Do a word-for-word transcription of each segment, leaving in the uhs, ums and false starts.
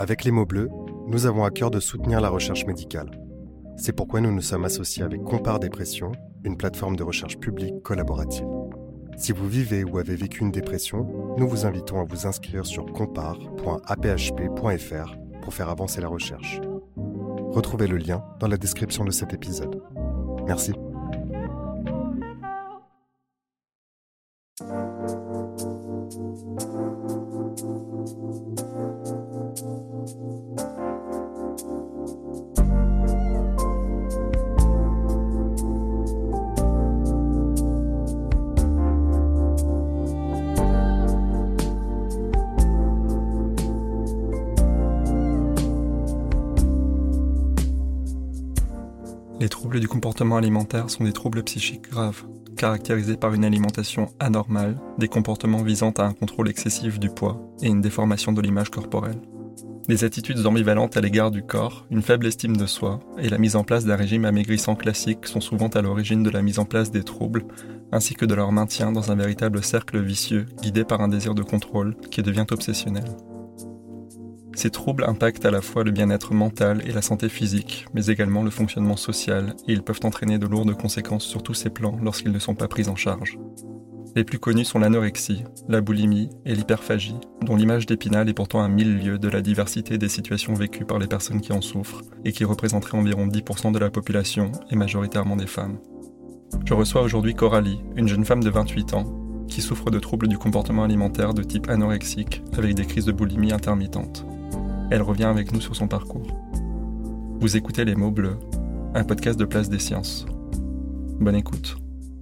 Avec les mots bleus, nous avons à cœur de soutenir la recherche médicale. C'est pourquoi nous nous sommes associés avec Compare Dépression, une plateforme de recherche publique collaborative. Si vous vivez ou avez vécu une dépression, nous vous invitons à vous inscrire sur compare point a p h p point f r pour faire avancer la recherche. Retrouvez le lien dans la description de cet épisode. Merci. Les troubles du comportement alimentaire sont des troubles psychiques graves, caractérisés par une alimentation anormale, des comportements visant à un contrôle excessif du poids et une déformation de l'image corporelle. Des attitudes ambivalentes à l'égard du corps, une faible estime de soi et la mise en place d'un régime amaigrissant classique sont souvent à l'origine de la mise en place des troubles, ainsi que de leur maintien dans un véritable cercle vicieux guidé par un désir de contrôle qui devient obsessionnel. Ces troubles impactent à la fois le bien-être mental et la santé physique, mais également le fonctionnement social, et ils peuvent entraîner de lourdes conséquences sur tous ces plans lorsqu'ils ne sont pas pris en charge. Les plus connus sont l'anorexie, la boulimie et l'hyperphagie, dont l'image d'Épinal est pourtant un mille-lieues de la diversité des situations vécues par les personnes qui en souffrent, et qui représenteraient environ dix pour cent de la population, et majoritairement des femmes. Je reçois aujourd'hui Coralie, une jeune femme de vingt-huit ans, qui souffre de troubles du comportement alimentaire de type anorexique, avec des crises de boulimie intermittentes. Elle revient avec nous sur son parcours. Vous écoutez Les mots bleus, un podcast de Place des Sciences. Bonne écoute.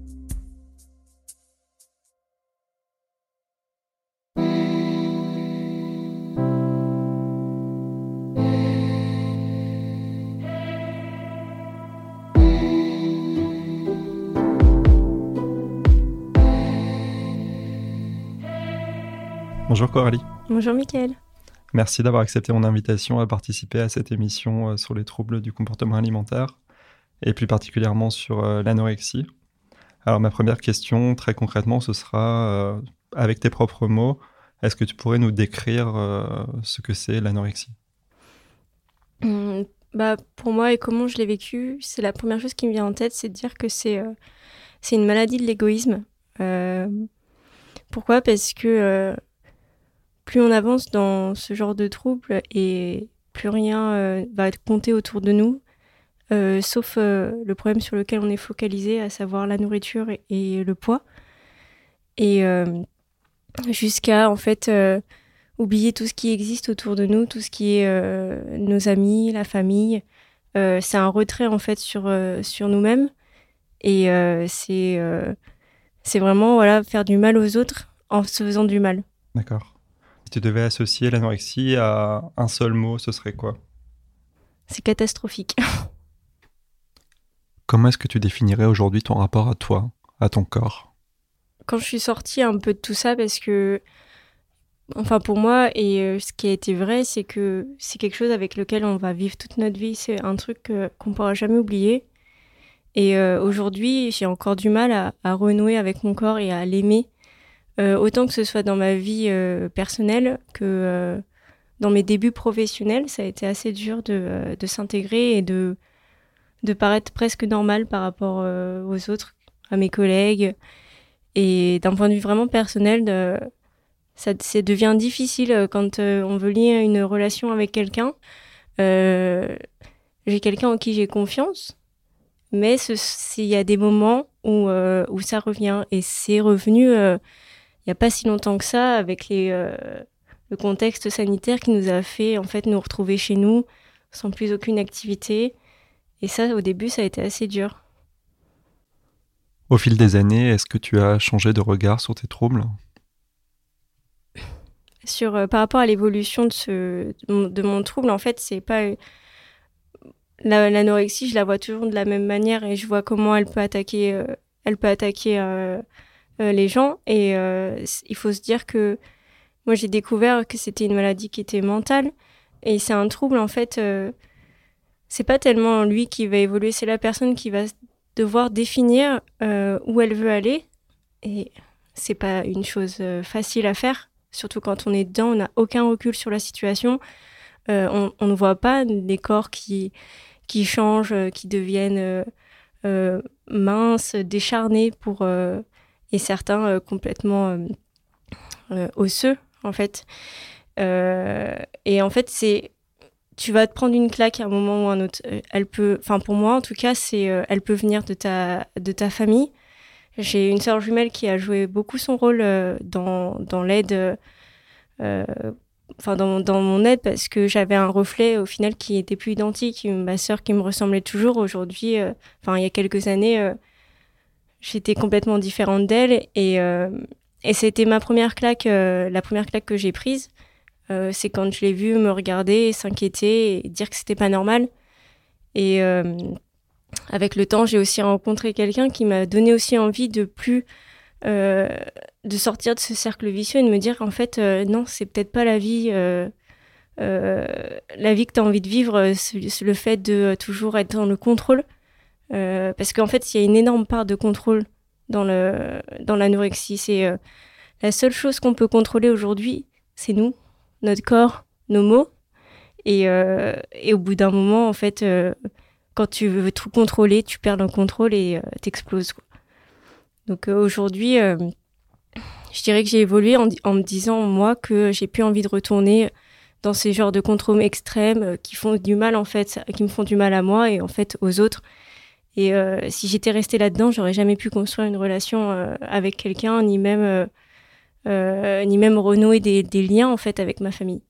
Bonjour Coralie. Bonjour Mickaël. Merci d'avoir accepté mon invitation à participer à cette émission sur les troubles du comportement alimentaire et plus particulièrement sur euh, l'anorexie. Alors ma première question, très concrètement, ce sera, euh, avec tes propres mots, est-ce que tu pourrais nous décrire euh, ce que c'est l'anorexie ? Mmh, bah, pour moi et comment je l'ai vécu, c'est la première chose qui me vient en tête, c'est de dire que c'est, euh, c'est une maladie de l'égoïsme. Euh, pourquoi ? Parce que euh, plus on avance dans ce genre de troubles et plus rien euh, va compter autour de nous, euh, sauf euh, le problème sur lequel on est focalisé, à savoir la nourriture et, et le poids. Et euh, jusqu'à en fait euh, oublier tout ce qui existe autour de nous, tout ce qui est euh, nos amis, la famille. Euh, c'est un retrait en fait sur, euh, sur nous-mêmes. Et euh, c'est, euh, c'est vraiment voilà, faire du mal aux autres en se faisant du mal. D'accord. Si tu devais associer l'anorexie à un seul mot, ce serait quoi ? C'est catastrophique. Comment est-ce que tu définirais aujourd'hui ton rapport à toi, à ton corps ? Quand je suis sortie un peu de tout ça, parce que, enfin pour moi, et euh, ce qui a été vrai, c'est que c'est quelque chose avec lequel on va vivre toute notre vie. C'est un truc euh, qu'on ne pourra jamais oublier. Et euh, aujourd'hui, j'ai encore du mal à, à renouer avec mon corps et à l'aimer. Euh, autant que ce soit dans ma vie euh, personnelle que euh, dans mes débuts professionnels, ça a été assez dur de, euh, de s'intégrer et de, de paraître presque normal par rapport euh, aux autres, à mes collègues. Et d'un point de vue vraiment personnel, de, ça, ça devient difficile quand euh, on veut lier une relation avec quelqu'un. Euh, j'ai quelqu'un en qui j'ai confiance, mais il y a des moments où, euh, où ça revient. Et c'est revenu... Euh, il n'y a pas si longtemps que ça, avec les, euh, le contexte sanitaire qui nous a fait en fait, nous retrouver chez nous, sans plus aucune activité. Et ça, au début, ça a été assez dur. Au fil des années, est-ce que tu as changé de regard sur tes troubles ? Sur, euh, par rapport à l'évolution de, ce, de, mon, de mon trouble, en fait, c'est pas... Euh, la, l'anorexie, je la vois toujours de la même manière et je vois comment elle peut attaquer, euh, elle peut attaquer euh, Euh, les gens et euh, il faut se dire que moi j'ai découvert que c'était une maladie qui était mentale et c'est un trouble en fait euh, c'est pas tellement lui qui va évoluer, c'est la personne qui va devoir définir euh, où elle veut aller et c'est pas une chose euh, facile à faire, surtout quand on est dedans, on n'a aucun recul sur la situation. Euh, on, on ne voit pas des corps qui, qui changent, euh, qui deviennent euh, euh, minces, décharnés, pour, euh, et certains euh, complètement euh, euh, osseux, en fait. Euh, et en fait, c'est, tu vas te prendre une claque à un moment ou un autre. Euh, Elle peut, enfin pour moi en tout cas, c'est, euh, elle peut venir de ta, de ta famille. J'ai une sœur jumelle qui a joué beaucoup son rôle euh, dans, dans l'aide, euh, enfin dans, dans mon aide, parce que j'avais un reflet au final qui était plus identique. Ma sœur qui me ressemblait toujours aujourd'hui, euh, enfin il y a quelques années, euh, j'étais complètement différente d'elle et euh, et c'était ma première claque, euh, la première claque que j'ai prise. Euh, c'est quand je l'ai vue me regarder, s'inquiéter et dire que c'était pas normal. Et euh, avec le temps, j'ai aussi rencontré quelqu'un qui m'a donné aussi envie de plus euh, de sortir de ce cercle vicieux et de me dire en fait euh, non, c'est peut-être pas la vie euh, euh, la vie que tu as envie de vivre, c'est, c'est le fait de toujours être dans le contrôle. Euh, parce qu'en fait, il y a une énorme part de contrôle dans le dans l'anorexie. C'est euh, la seule chose qu'on peut contrôler aujourd'hui, c'est nous, notre corps, nos mots. Et, euh, et au bout d'un moment, en fait, euh, quand tu veux tout contrôler, tu perds le contrôle et euh, t'exploses, quoi. Donc euh, aujourd'hui, euh, je dirais que j'ai évolué en, en me disant, moi, que j'ai plus envie de retourner dans ces genres de contrôles extrêmes euh, qui font du mal, en fait, qui me font du mal à moi et en fait aux autres. Et euh, si j'étais restée là-dedans, j'aurais jamais pu construire une relation euh, avec quelqu'un, ni même, euh, euh, ni même renouer des, des liens, en fait, avec ma famille.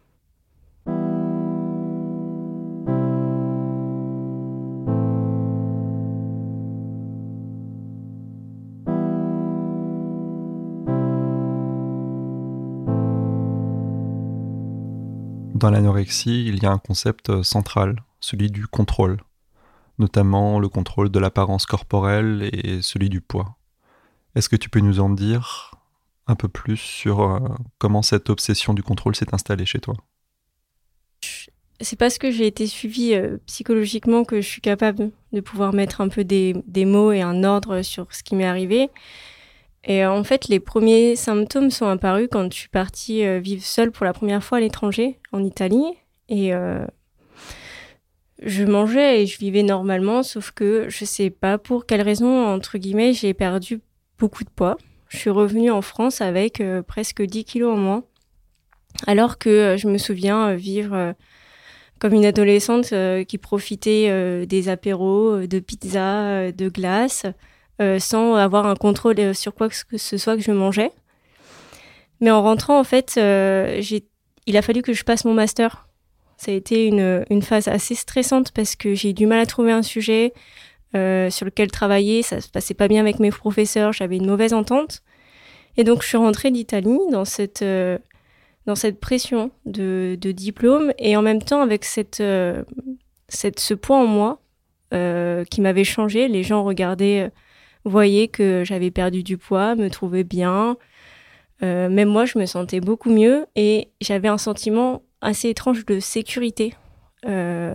Dans l'anorexie, il y a un concept central, celui du contrôle, notamment le contrôle de l'apparence corporelle et celui du poids. Est-ce que tu peux nous en dire un peu plus sur euh, comment cette obsession du contrôle s'est installée chez toi ? C'est parce que j'ai été suivie euh, psychologiquement que je suis capable de pouvoir mettre un peu des, des mots et un ordre sur ce qui m'est arrivé. Et euh, en fait, les premiers symptômes sont apparus quand je suis partie euh, vivre seule pour la première fois à l'étranger, en Italie. Et euh, je mangeais et je vivais normalement, sauf que je sais pas pour quelle raison, entre guillemets, j'ai perdu beaucoup de poids. Je suis revenue en France avec euh, presque dix kilos en moins, alors que euh, je me souviens euh, vivre euh, comme une adolescente euh, qui profitait euh, des apéros, euh, de pizza, euh, de glace, euh, sans avoir un contrôle sur quoi que ce soit que je mangeais. Mais en rentrant, en fait, euh, j'ai... il a fallu que je passe mon master. Ça a été une, une phase assez stressante parce que j'ai eu du mal à trouver un sujet euh, sur lequel travailler. Ça se passait pas bien avec mes professeurs, j'avais une mauvaise entente. Et donc, je suis rentrée d'Italie dans cette... Euh, dans cette pression de, de diplôme et en même temps avec cette, euh, cette, ce poids en moi euh, qui m'avait changé. Les gens regardaient, euh, voyaient que j'avais perdu du poids, me trouvaient bien. Euh, même moi, je me sentais beaucoup mieux et j'avais un sentiment assez étrange de sécurité. Euh,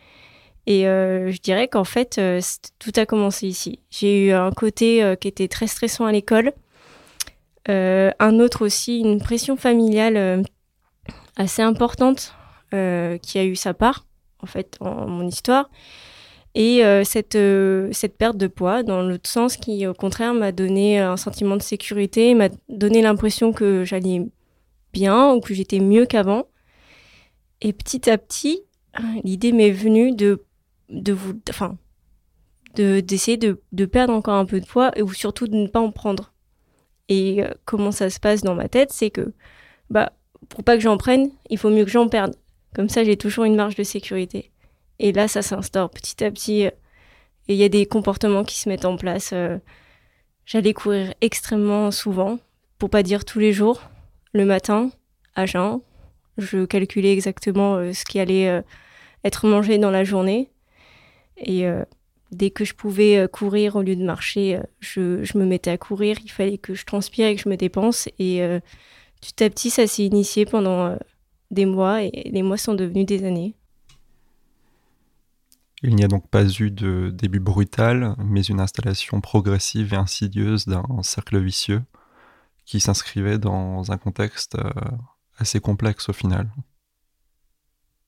et euh, je dirais qu'en fait, euh, tout a commencé ici. J'ai eu un côté euh, qui était très stressant à l'école. Euh, un autre aussi, une pression familiale euh, assez importante euh, qui a eu sa part, en fait, en, en mon histoire. Et euh, cette, euh, cette perte de poids, dans l'autre sens, qui, au contraire, m'a donné un sentiment de sécurité, m'a donné l'impression que j'allais bien ou que j'étais mieux qu'avant. Et petit à petit, l'idée m'est venue de, de vous, enfin, de, d'essayer de, de perdre encore un peu de poids et ou surtout de ne pas en prendre. Et euh, comment ça se passe dans ma tête, c'est que bah, pour pas que j'en prenne, il faut mieux que j'en perde. Comme ça, j'ai toujours une marge de sécurité. Et là, ça s'instaure petit à petit. Euh, et il y a des comportements qui se mettent en place. Euh, j'allais courir extrêmement souvent, pour pas dire tous les jours, le matin, à jeun. Je calculais exactement euh, ce qui allait euh, être mangé dans la journée. Et... Euh, Dès que je pouvais euh, courir au lieu de marcher, euh, je, je me mettais à courir. Il fallait que je transpire et que je me dépense. Et euh, petit à petit, ça s'est initié pendant euh, des mois. Et les mois sont devenus des années. Il n'y a donc pas eu de début brutal, mais une installation progressive et insidieuse d'un cercle vicieux qui s'inscrivait dans un contexte euh, assez complexe au final.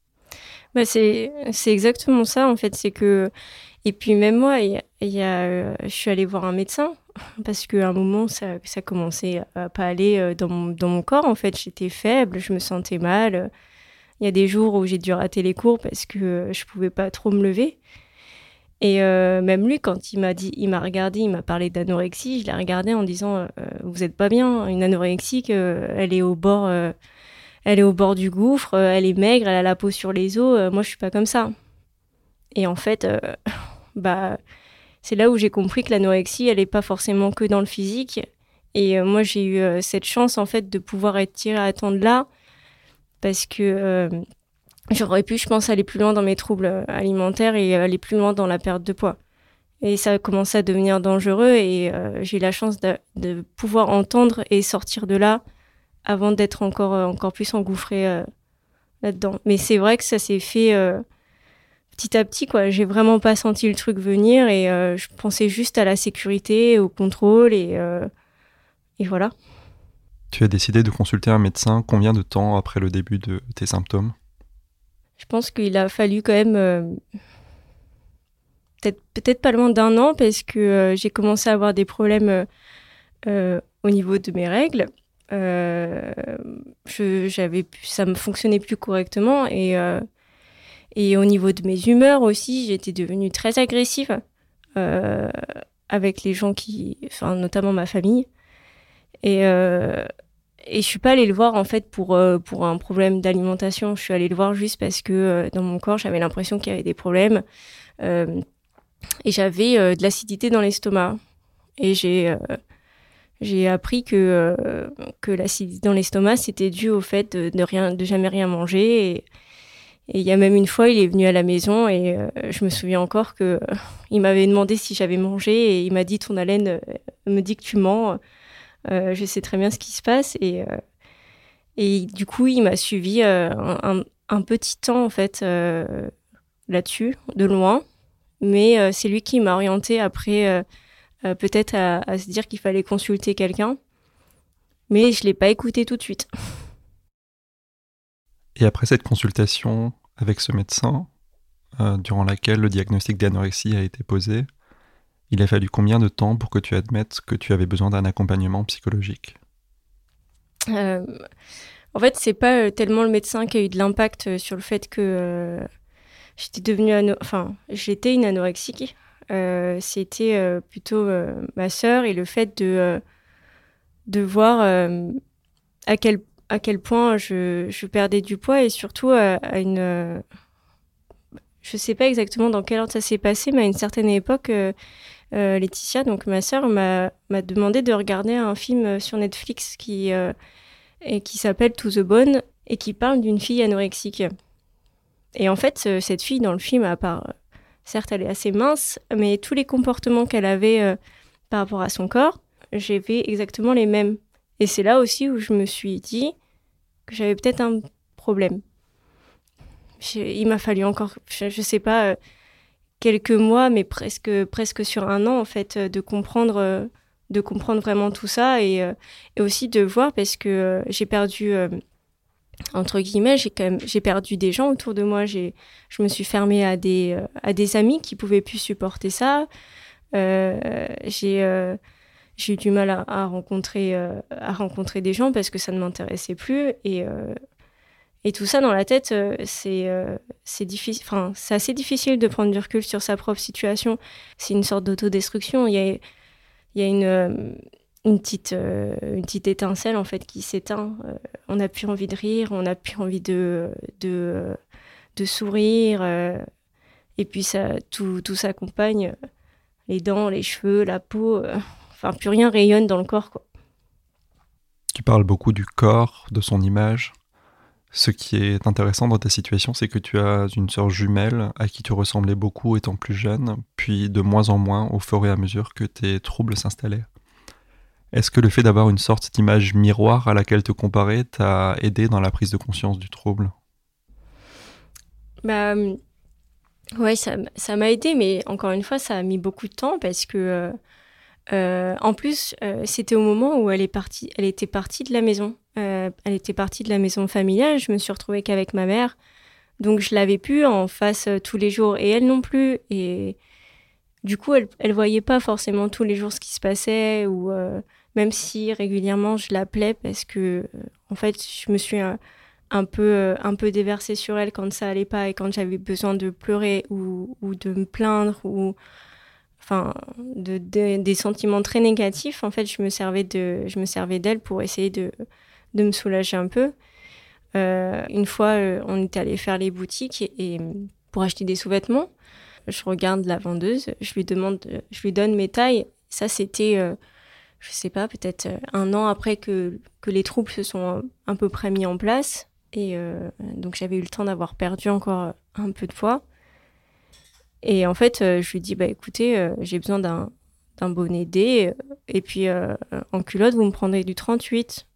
Bah, c'est, c'est exactement ça, en fait. C'est que... Et puis même moi, il y a, il y a, euh, je suis allée voir un médecin parce qu'à un moment, ça, ça commençait à pas aller euh, dans mon, dans mon corps. En fait, j'étais faible, je me sentais mal. Il y a des jours où j'ai dû rater les cours parce que euh, je pouvais pas trop me lever. Et euh, même lui, quand il m'a dit, il m'a regardé, il m'a parlé d'anorexie, je l'ai regardé en disant euh, vous êtes pas bien, une anorexique, euh, elle est au bord, euh, elle est au bord du gouffre, euh, elle est maigre, elle a la peau sur les os. Euh, moi, je suis pas comme ça. Et en fait, euh, bah, c'est là où j'ai compris que l'anorexie, elle est pas forcément que dans le physique. Et euh, moi, j'ai eu euh, cette chance en fait de pouvoir être tirée à temps de là, parce que euh, j'aurais pu, je pense, aller plus loin dans mes troubles alimentaires et aller plus loin dans la perte de poids. Et ça a commencé à devenir dangereux et euh, j'ai eu la chance de, de pouvoir entendre et sortir de là avant d'être encore, euh, encore plus engouffrée euh, là-dedans. Mais c'est vrai que ça s'est fait euh, petit à petit, quoi. J'ai vraiment pas senti le truc venir et euh, je pensais juste à la sécurité, au contrôle et, euh, et voilà. Tu as décidé de consulter un médecin combien de temps après le début de tes symptômes ? Je pense qu'il a fallu quand même euh, peut-être, peut-être pas loin d'un an parce que euh, j'ai commencé à avoir des problèmes euh, euh, au niveau de mes règles. Euh, je, j'avais, ça me fonctionnait plus correctement et, euh, et au niveau de mes humeurs aussi, j'étais devenue très agressive euh, avec les gens qui, enfin notamment ma famille. Et, euh, et je suis pas allée le voir en fait pour, euh, pour un problème d'alimentation. Je suis allée le voir juste parce que euh, dans mon corps, j'avais l'impression qu'il y avait des problèmes. Euh, et j'avais euh, de l'acidité dans l'estomac. Et j'ai, euh, j'ai appris que, euh, que l'acidité dans l'estomac, c'était dû au fait de, de, rien, de jamais rien manger. Et il y a même une fois, il est venu à la maison et euh, je me souviens encore qu'il euh, m'avait demandé si j'avais mangé et il m'a dit « Ton haleine euh, me dit que tu mens ». Euh, je sais très bien ce qui se passe et, euh, et du coup il m'a suivi euh, un, un, un petit temps en fait euh, là-dessus de loin, mais euh, c'est lui qui m'a orientée après euh, euh, peut-être à, à se dire qu'il fallait consulter quelqu'un, mais je l'ai pas écouté tout de suite. Et après cette consultation avec ce médecin, euh, durant laquelle le diagnostic d'anorexie a été posé, il a fallu combien de temps pour que tu admettes que tu avais besoin d'un accompagnement psychologique ? euh, En fait, c'est pas tellement le médecin qui a eu de l'impact sur le fait que euh, j'étais devenue, ano- enfin, j'étais une anorexique. Euh, c'était euh, plutôt euh, ma sœur et le fait de euh, de voir euh, à quel à quel point je, je perdais du poids et surtout à, à une euh, je sais pas exactement dans quel ordre ça s'est passé, mais à une certaine époque, euh, euh, Laetitia, donc ma sœur, m'a, m'a demandé de regarder un film sur Netflix qui, euh, et qui s'appelle To the Bone et qui parle d'une fille anorexique. Et en fait, euh, cette fille dans le film, à part, euh, certes, elle est assez mince, mais tous les comportements qu'elle avait euh, par rapport à son corps, j'avais exactement les mêmes. Et c'est là aussi où je me suis dit que j'avais peut-être un problème. J'ai, il m'a fallu encore, je, je sais pas, euh, quelques mois, mais presque, presque sur un an, en fait, euh, de comprendre, euh, de comprendre vraiment tout ça et, euh, et aussi de voir parce que euh, j'ai perdu, euh, entre guillemets, j'ai quand même, j'ai perdu des gens autour de moi. J'ai, je me suis fermée à des, euh, à des amis qui pouvaient plus supporter ça. Euh, j'ai, euh, j'ai eu du mal à, à rencontrer, euh, à rencontrer des gens parce que ça ne m'intéressait plus et euh, Et tout ça dans la tête, euh, c'est, euh, c'est, difficile, enfin, c'est assez difficile de prendre du recul sur sa propre situation. C'est une sorte d'autodestruction. Il y a, il y a une, euh, une, petite, euh, une petite étincelle en fait, qui s'éteint. Euh, on n'a plus envie de rire, on n'a plus envie de, de, de sourire. Euh, et puis ça, tout, tout s'accompagne. Les dents, les cheveux, la peau. Euh, enfin, plus rien rayonne dans le corps, quoi. Tu parles beaucoup du corps, de son image. Ce qui est intéressant dans ta situation, c'est que tu as une sœur jumelle à qui tu ressemblais beaucoup étant plus jeune, puis de moins en moins au fur et à mesure que tes troubles s'installaient. Est-ce que le fait d'avoir une sorte d'image miroir à laquelle te comparer t'a aidé dans la prise de conscience du trouble ? Bah, ouais, ça, ça m'a aidé, mais encore une fois, ça a mis beaucoup de temps parce que, euh, euh, en plus, euh, c'était au moment où elle est partie, elle était partie de la maison. Euh, elle était partie de la maison familiale. Je me suis retrouvée qu'avec ma mère. Donc je l'avais plus en face euh, tous les jours et elle non plus. Et du coup, elle, elle voyait pas forcément tous les jours ce qui se passait ou euh, même si régulièrement je l'appelais parce que euh, en fait, je me suis un, un peu euh, un peu déversée sur elle quand ça allait pas et quand j'avais besoin de pleurer ou, ou de me plaindre ou enfin de, de- des sentiments très négatifs. En fait, je me servais de je me servais d'elle pour essayer de de me soulager un peu. Euh, une fois, euh, on est allé faire les boutiques et, et pour acheter des sous-vêtements. Je regarde la vendeuse, je lui demande, euh, je lui donne mes tailles. Ça, c'était, euh, je sais pas, peut-être euh, un an après que, que les troubles se sont à, à peu près mis en place. Et euh, donc, j'avais eu le temps d'avoir perdu encore un peu de poids. Et en fait, euh, je lui dis, bah écoutez, euh, j'ai besoin d'un, d'un bonnet D. euh, Et puis, euh, en culotte, vous me prendrez du trente-huit.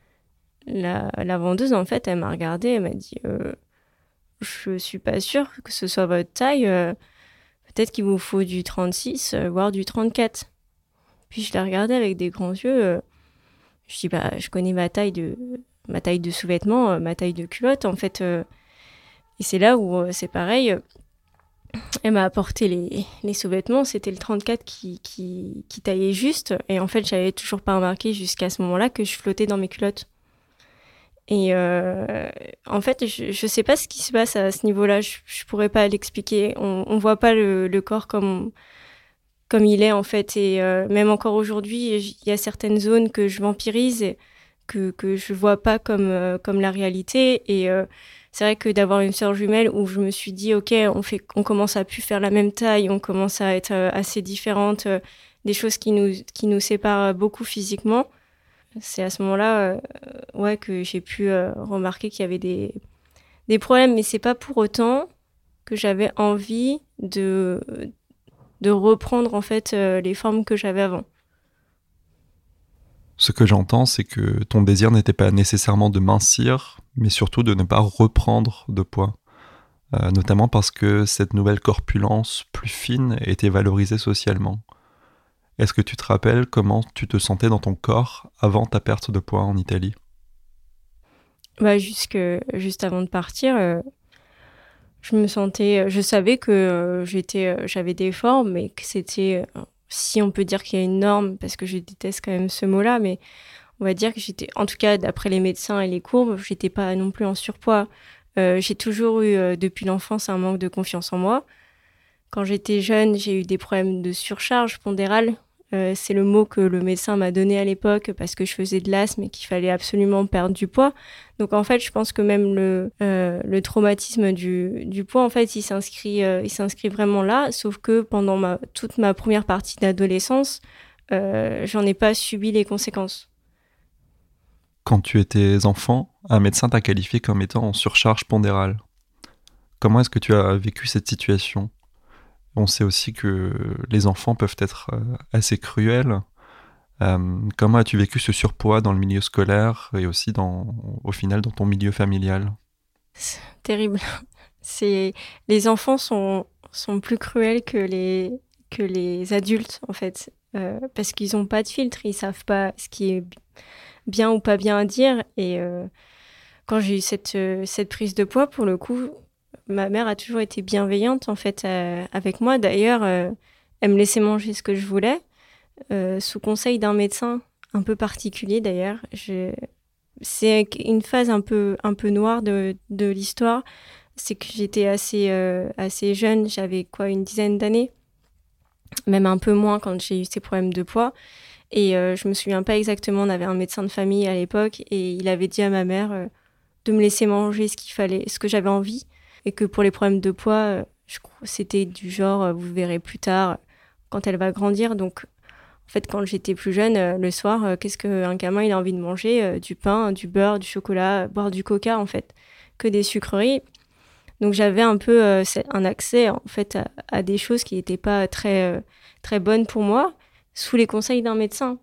La, la vendeuse, en fait, elle m'a regardée, elle m'a dit, euh, je suis pas sûre que ce soit votre taille. euh, Peut-être qu'il vous faut du trente-six, euh, voire du trente-quatre. Puis je l'ai regardé avec des grands yeux. euh, je dis, bah, je connais ma taille de, ma taille de sous-vêtements, euh, ma taille de culotte, en fait. euh, et c'est là où euh, c'est pareil. euh, Elle m'a apporté les, les sous-vêtements. C'était le trente-quatre qui, qui, qui taillait juste. Et en fait, j'avais toujours pas remarqué jusqu'à ce moment-là que je flottais dans mes culottes. Et euh, en fait, je, je sais pas ce qui se passe à ce niveau-là. Je, je pourrais pas l'expliquer. On, on voit pas le, le corps comme comme il est en fait. Et euh, même encore aujourd'hui, il y a certaines zones que je vampirise et que, que je vois pas comme, euh, comme la réalité. Et euh, c'est vrai que d'avoir une sœur jumelle où je me suis dit, ok, on, fait, on commence à plus faire la même taille, on commence à être euh, assez différentes, euh, des choses qui nous, qui nous séparent beaucoup physiquement. C'est à ce moment-là euh, ouais, que j'ai pu euh, remarquer qu'il y avait des, des problèmes, mais c'est pas pour autant que j'avais envie de, de reprendre en fait euh, les formes que j'avais avant. Ce que j'entends, c'est que ton désir n'était pas nécessairement de mincir, mais surtout de ne pas reprendre de poids. Euh, notamment parce que cette nouvelle corpulence plus fine était valorisée socialement. Est-ce que tu te rappelles comment tu te sentais dans ton corps avant ta perte de poids en Italie ? Bah, jusque, juste avant de partir, euh, je me sentais, je savais que euh, j'étais, euh, j'avais des formes, mais que c'était, euh, si on peut dire qu'il y a une norme, parce que je déteste quand même ce mot-là, mais on va dire que j'étais, en tout cas d'après les médecins et les courbes, j'étais pas non plus en surpoids. Euh, j'ai toujours eu euh, depuis l'enfance un manque de confiance en moi. Quand j'étais jeune, j'ai eu des problèmes de surcharge pondérale. Euh, c'est le mot que le médecin m'a donné à l'époque parce que je faisais de l'asthme et qu'il fallait absolument perdre du poids. Donc en fait, je pense que même le, euh, le traumatisme du, du poids, en fait, il s'inscrit, euh, il s'inscrit vraiment là. Sauf que pendant ma, toute ma première partie d'adolescence, euh, j'en ai pas subi les conséquences. Quand tu étais enfant, un médecin t'a qualifié comme étant en surcharge pondérale. Comment est-ce que tu as vécu cette situation ? On sait aussi que les enfants peuvent être euh, assez cruels. Euh, comment as-tu vécu ce surpoids dans le milieu scolaire et aussi dans, au final dans ton milieu familial ? C'est terrible. C'est, les enfants sont, sont plus cruels que les, que les adultes, en fait. Euh, parce qu'ils n'ont pas de filtre, ils savent pas ce qui est bien ou pas bien à dire. Et euh, quand j'ai eu cette, euh, cette prise de poids, pour le coup, ma mère a toujours été bienveillante, en fait, euh, avec moi. D'ailleurs, euh, elle me laissait manger ce que je voulais, euh, sous conseil d'un médecin un peu particulier, d'ailleurs. Je... C'est une phase un peu, un peu noire de, de l'histoire. C'est que j'étais assez, euh, assez jeune, j'avais quoi, une dizaine d'années, même un peu moins quand j'ai eu ces problèmes de poids. Et euh, je me souviens pas exactement, on avait un médecin de famille à l'époque et il avait dit à ma mère euh, de me laisser manger ce qu'il fallait, ce que j'avais envie. Et que pour les problèmes de poids, euh, je crois, c'était du genre, euh, vous verrez plus tard, quand elle va grandir. Donc, en fait, quand j'étais plus jeune, euh, le soir, euh, qu'est-ce qu'un gamin il a envie de manger euh, Du pain, du beurre, du chocolat, euh, boire du coca, en fait, que des sucreries. Donc, j'avais un peu euh, un accès, en fait, à, à des choses qui n'étaient pas très, euh, très bonnes pour moi, sous les conseils d'un médecin.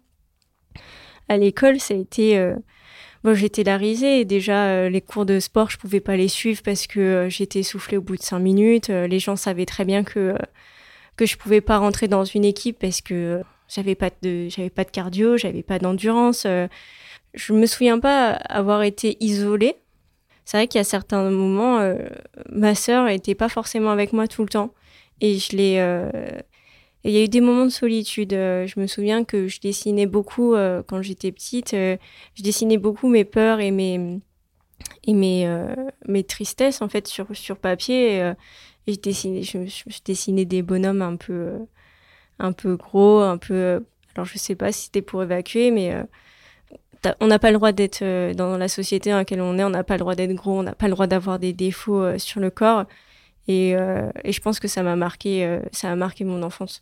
À l'école, ça a été... Euh, bon, j'étais la risée. Déjà, euh, les cours de sport, je pouvais pas les suivre parce que euh, j'étais essoufflée au bout de cinq minutes. Euh, les gens savaient très bien que, euh, que je pouvais pas rentrer dans une équipe parce que euh, j'avais pas de, j'avais pas de cardio, j'avais pas d'endurance. Euh, je me souviens pas avoir été isolée. c'est vrai qu'il y a certains moments, euh, ma sœur n'était pas forcément avec moi tout le temps. Et je l'ai... Euh, il y a eu des moments de solitude. Euh, je me souviens que je dessinais beaucoup euh, quand j'étais petite. Euh, je dessinais beaucoup mes peurs et mes, et mes, euh, mes tristesses, en fait, sur, sur papier. Et, euh, et je, dessinais, je, je, je dessinais des bonhommes un peu, euh, un peu gros, un peu... Euh, alors, je ne sais pas si c'était pour évacuer, mais... Euh, on n'a pas le droit d'être euh, dans la société dans laquelle on est, on n'a pas le droit d'être gros, on n'a pas le droit d'avoir des défauts euh, sur le corps. Et, euh, et je pense que ça m'a marqué, euh, ça a marqué mon enfance.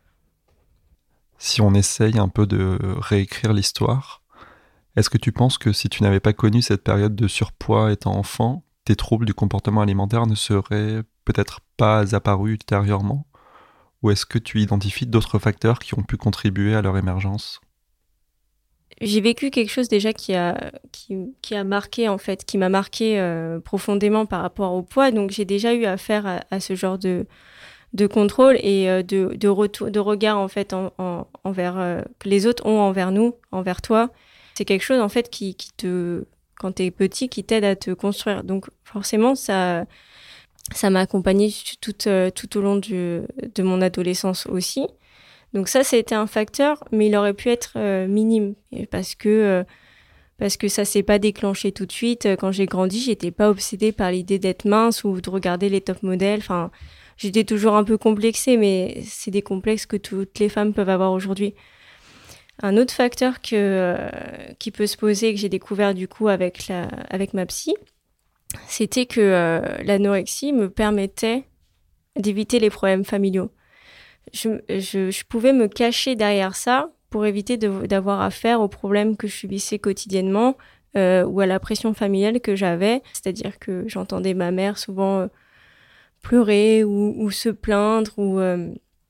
Si on essaye un peu de réécrire l'histoire, est-ce que tu penses que si tu n'avais pas connu cette période de surpoids étant enfant, tes troubles du comportement alimentaire ne seraient peut-être pas apparus ultérieurement? Ou est-ce que tu identifies d'autres facteurs qui ont pu contribuer à leur émergence? J'ai vécu quelque chose déjà qui a, qui, qui a marqué, en fait, qui m'a marqué euh, profondément par rapport au poids. Donc, j'ai déjà eu affaire à, à ce genre de, de contrôle et euh, de, de, retour, de regard, en fait, en, en, envers, euh, que les autres ont envers nous, envers toi. C'est quelque chose, en fait, qui, qui te, quand t'es petit, qui t'aide à te construire. Donc, forcément, ça, ça m'a accompagnée tout, euh, tout au long du, de mon adolescence aussi. Donc ça, ça a été un facteur, mais il aurait pu être euh, minime parce que, euh, parce que ça ne s'est pas déclenché tout de suite. Quand j'ai grandi, je n'étais pas obsédée par l'idée d'être mince ou de regarder les top modèles. Enfin, j'étais toujours un peu complexée, mais c'est des complexes que toutes les femmes peuvent avoir aujourd'hui. Un autre facteur que, euh, qui peut se poser, que j'ai découvert du coup avec, la, avec ma psy, c'était que euh, l'anorexie me permettait d'éviter les problèmes familiaux. Je, je, je pouvais me cacher derrière ça pour éviter de, d'avoir affaire aux problèmes que je subissais quotidiennement euh, ou à la pression familiale que j'avais. C'est-à-dire que j'entendais ma mère souvent euh, pleurer ou, ou se plaindre. Ou, euh...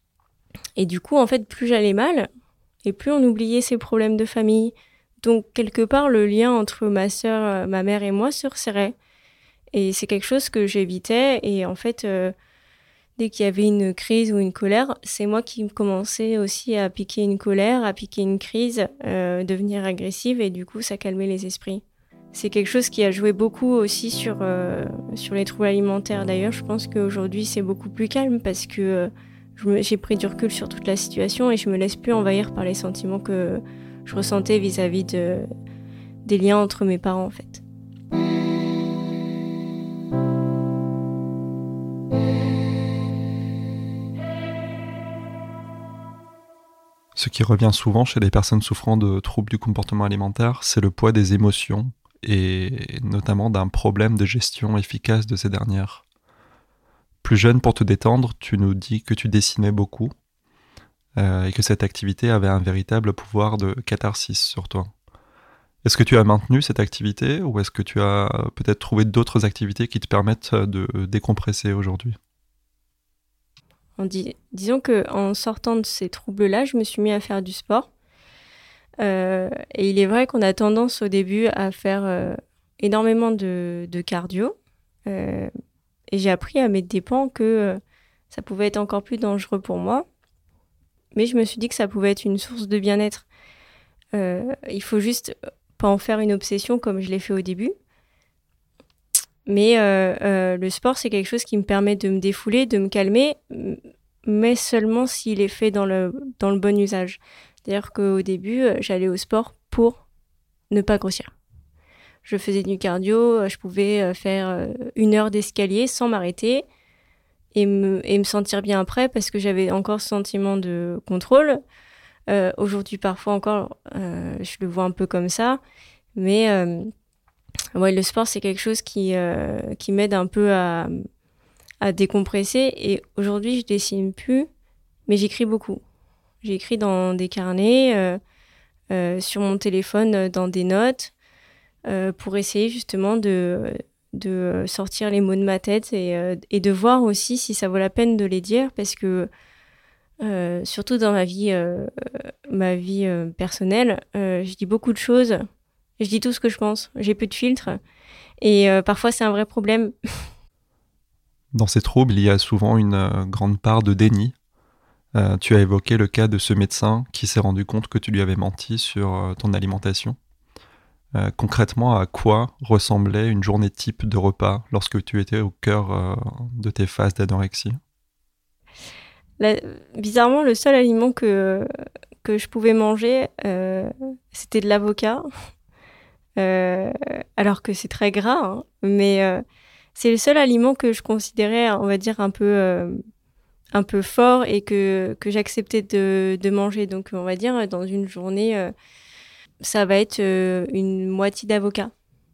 Et du coup, en fait, plus j'allais mal et plus on oubliait ces problèmes de famille. Donc, quelque part, le lien entre ma sœur, ma mère et moi se resserrait. Et c'est quelque chose que j'évitais. Et en fait... Euh, Dès qu'il y avait une crise ou une colère, c'est moi qui commençais aussi à piquer une colère, à piquer une crise, euh, devenir agressive et du coup, ça calmait les esprits. C'est quelque chose qui a joué beaucoup aussi sur, euh, sur les troubles alimentaires. D'ailleurs, je pense qu'aujourd'hui, c'est beaucoup plus calme parce que euh, je me, j'ai pris du recul sur toute la situation et je me laisse plus envahir par les sentiments que je ressentais vis-à-vis de, des liens entre mes parents, en fait. Ce qui revient souvent chez les personnes souffrant de troubles du comportement alimentaire, c'est le poids des émotions et notamment d'un problème de gestion efficace de ces dernières. Plus jeune, pour te détendre, tu nous dis que tu dessinais beaucoup euh, et que cette activité avait un véritable pouvoir de catharsis sur toi. Est-ce que tu as maintenu cette activité ou est-ce que tu as peut-être trouvé d'autres activités qui te permettent de décompresser aujourd'hui ? En dis- disons qu'en sortant de ces troubles-là, je me suis mis à faire du sport. Euh, et il est vrai qu'on a tendance au début à faire euh, énormément de, de cardio. Euh, et j'ai appris à mes dépens que euh, ça pouvait être encore plus dangereux pour moi. Mais je me suis dit que ça pouvait être une source de bien-être. Euh, il faut juste pas en faire une obsession comme je l'ai fait au début. Mais euh, euh, le sport, c'est quelque chose qui me permet de me défouler, de me calmer, mais seulement s'il est fait dans le, dans le bon usage. C'est-à-dire qu'au début, j'allais au sport pour ne pas grossir. Je faisais du cardio, je pouvais faire une heure d'escalier sans m'arrêter et me, et me sentir bien après parce que j'avais encore ce sentiment de contrôle. Euh, aujourd'hui, parfois encore, euh, je le vois un peu comme ça, mais... Euh, Ouais, le sport, c'est quelque chose qui, euh, qui m'aide un peu à, à décompresser. Et aujourd'hui, je dessine plus, mais j'écris beaucoup. J'écris dans des carnets, euh, euh, sur mon téléphone, dans des notes, euh, pour essayer justement de, de sortir les mots de ma tête et, euh, et de voir aussi si ça vaut la peine de les dire. Parce que, euh, surtout dans ma vie, euh, ma vie euh, personnelle, euh, je dis beaucoup de choses. Je dis tout ce que je pense, j'ai peu de filtres et euh, parfois c'est un vrai problème. Dans ces troubles, il y a souvent une euh, grande part de déni. Euh, tu as évoqué le cas de ce médecin qui s'est rendu compte que tu lui avais menti sur euh, ton alimentation. Euh, concrètement, à quoi ressemblait une journée type de repas lorsque tu étais au cœur euh, de tes phases d'anorexie ? Là, bizarrement, le seul aliment que, que je pouvais manger, euh, c'était de l'avocat. Euh, alors que c'est très gras, hein, mais euh, c'est le seul aliment que je considérais, on va dire, un peu, euh, un peu fort et que, que j'acceptais de, de manger. Donc, on va dire, dans une journée, euh, ça va être euh, une moitié d'avocat.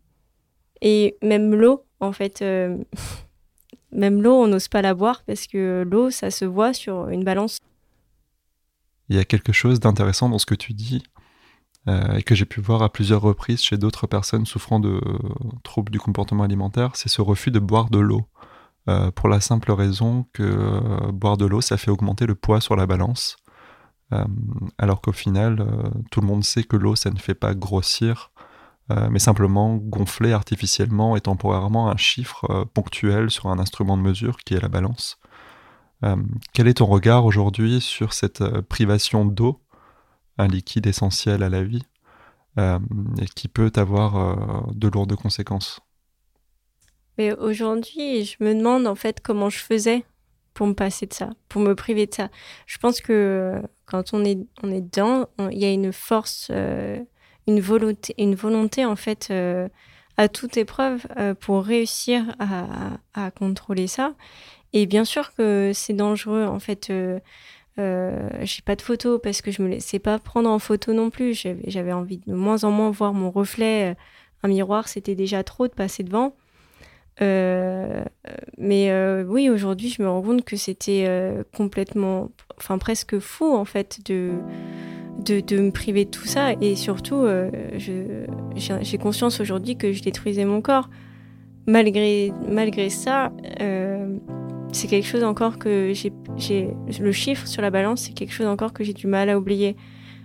Et même l'eau, en fait, euh, même l'eau, on n'ose pas la boire parce que l'eau, ça se voit sur une balance. Il y a quelque chose d'intéressant dans ce que tu dis euh, et que j'ai pu voir à plusieurs reprises chez d'autres personnes souffrant de euh, troubles du comportement alimentaire, c'est ce refus de boire de l'eau. Euh, pour la simple raison que euh, boire de l'eau, ça fait augmenter le poids sur la balance. Euh, alors qu'au final, euh, tout le monde sait que l'eau, ça ne fait pas grossir, euh, mais simplement gonfler artificiellement et temporairement un chiffre euh, ponctuel sur un instrument de mesure qui est la balance. Euh, quel est ton regard aujourd'hui sur cette euh, privation d'eau, un liquide essentiel à la vie, euh, et qui peut avoir euh, de lourdes conséquences ? Mais aujourd'hui, je me demande en fait comment je faisais pour me passer de ça, pour me priver de ça. Je pense que quand on est, on est dedans, il y a une force, euh, une volonté, une volonté en fait euh, à toute épreuve euh, pour réussir à, à, à contrôler ça. Et bien sûr que c'est dangereux en fait. Euh, euh, j'ai pas de photos parce que je me laissais pas prendre en photo non plus. J'avais, j'avais envie de moins en moins voir mon reflet. Un miroir, c'était déjà trop de passer devant. Euh, mais euh, oui, aujourd'hui, je me rends compte que c'était euh, complètement, enfin presque fou en fait de, de, de me priver de tout ça. Et surtout, euh, je, j'ai, j'ai conscience aujourd'hui que je détruisais mon corps. Malgré, malgré ça, euh, c'est quelque chose encore que j'ai, j'ai... Le chiffre sur la balance, c'est quelque chose encore que j'ai du mal à oublier.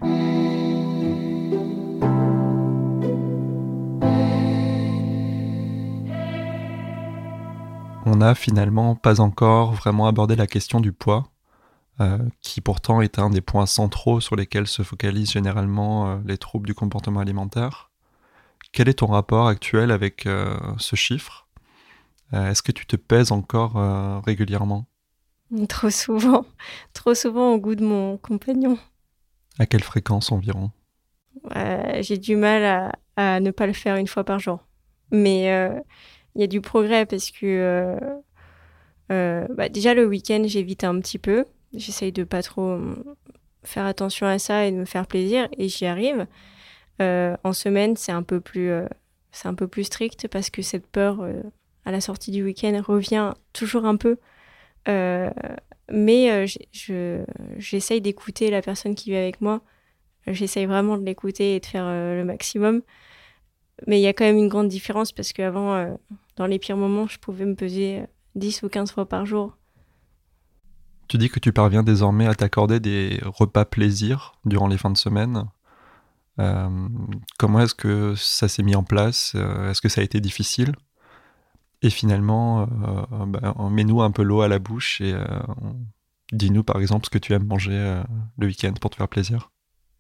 On n'a finalement pas encore vraiment abordé la question du poids, euh, qui pourtant est un des points centraux sur lesquels se focalisent généralement euh, les troubles du comportement alimentaire. Quel est ton rapport actuel avec euh, ce chiffre ? euh, Est-ce que tu te pèses encore euh, régulièrement ? Trop souvent, trop souvent au goût de mon compagnon. À quelle fréquence environ ? Euh, j'ai du mal à, à ne pas le faire une fois par jour. Mais euh, il y a du progrès parce que euh, euh, bah déjà le week-end, j'évite un petit peu. J'essaye de pas trop faire attention à ça et de me faire plaisir et j'y arrive. Euh, en semaine, c'est un peu plus, euh, c'est un peu plus strict parce que cette peur euh, à la sortie du week-end revient toujours un peu. Euh, mais euh, je, j'essaye d'écouter la personne qui vit avec moi. J'essaye vraiment de l'écouter et de faire euh, le maximum. Mais il y a quand même une grande différence parce qu'avant, euh, dans les pires moments, je pouvais me peser dix ou quinze fois par jour. Tu dis que tu parviens désormais à t'accorder des repas plaisir durant les fins de semaine. Euh, comment est-ce que ça s'est mis en place ? Est-ce que ça a été difficile ? Et finalement, euh, bah, mets-nous un peu l'eau à la bouche et euh, dis-nous par exemple ce que tu aimes manger euh, le week-end pour te faire plaisir.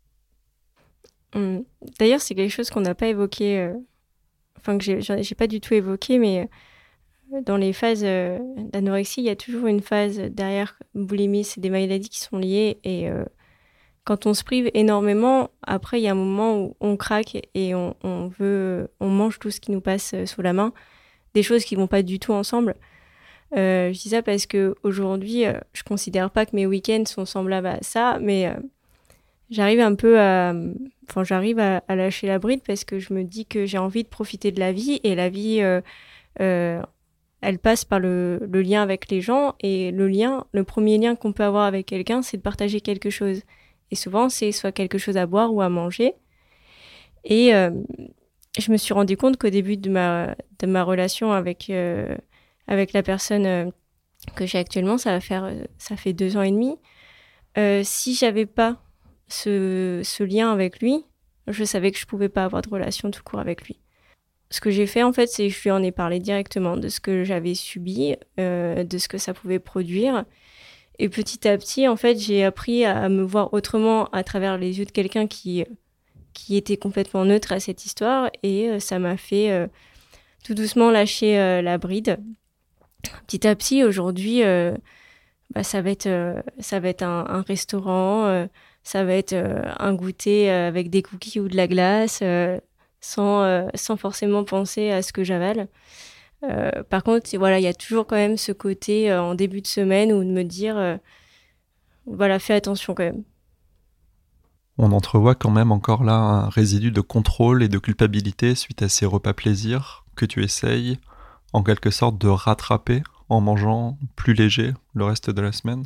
Hum. D'ailleurs, c'est quelque chose qu'on n'a pas évoqué, euh, enfin que j'ai, j'ai pas du tout évoqué, mais euh, dans les phases euh, d'anorexie, il y a toujours une phase derrière boulimie, c'est des maladies qui sont liées et euh, quand on se prive énormément, après il y a un moment où on craque et on, on veut, on mange tout ce qui nous passe sous la main, des choses qui vont pas du tout ensemble. Euh, je dis ça parce que aujourd'hui, euh, je considère pas que mes week-ends sont semblables à ça, mais euh, j'arrive un peu à, enfin j'arrive à, à lâcher la bride parce que je me dis que j'ai envie de profiter de la vie et la vie, euh, euh, elle passe par le, le lien avec les gens et le lien, le premier lien qu'on peut avoir avec quelqu'un, c'est de partager quelque chose. Et souvent, c'est soit quelque chose à boire ou à manger. Et euh, je me suis rendu compte qu'au début de ma, de ma relation avec, euh, avec la personne euh, que j'ai actuellement, ça va faire, ça fait deux ans et demi. Euh, si j'avais pas ce, ce lien avec lui, je savais que je pouvais pas avoir de relation tout court avec lui. Ce que j'ai fait, en fait, c'est que je lui en ai parlé directement de ce que j'avais subi, euh, de ce que ça pouvait produire. Et petit à petit, en fait, j'ai appris à me voir autrement à travers les yeux de quelqu'un qui, qui était complètement neutre à cette histoire. Et euh, ça m'a fait euh, tout doucement lâcher euh, la bride. Petit à petit, aujourd'hui, euh, bah, ça va être, euh, ça va être un, un restaurant, euh, ça va être euh, un goûter euh, avec des cookies ou de la glace, euh, sans, euh, sans forcément penser à ce que j'avale. Euh, par contre, voilà, il y a toujours quand même ce côté euh, en début de semaine où de me dire, euh, voilà, fais attention quand même. On entrevoit quand même encore là un résidu de contrôle et de culpabilité suite à ces repas plaisir que tu essayes en quelque sorte de rattraper en mangeant plus léger le reste de la semaine.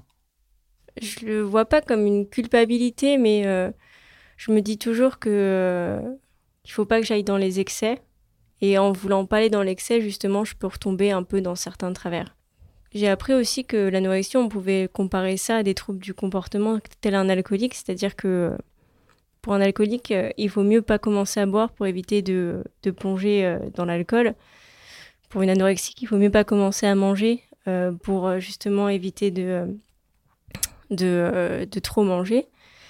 Je le vois pas comme une culpabilité, mais euh, je me dis toujours que euh, qu'il faut pas que j'aille dans les excès. Et en voulant pas aller dans l'excès, justement, je peux retomber un peu dans certains travers. J'ai appris aussi que l'anorexie, on pouvait comparer ça à des troubles du comportement tel un alcoolique, c'est-à-dire que pour un alcoolique, euh, il vaut mieux pas commencer à boire pour éviter de, de plonger euh, dans l'alcool. Pour une anorexique, il faut mieux pas commencer à manger euh, pour euh, justement éviter de, euh, de, euh, de trop manger.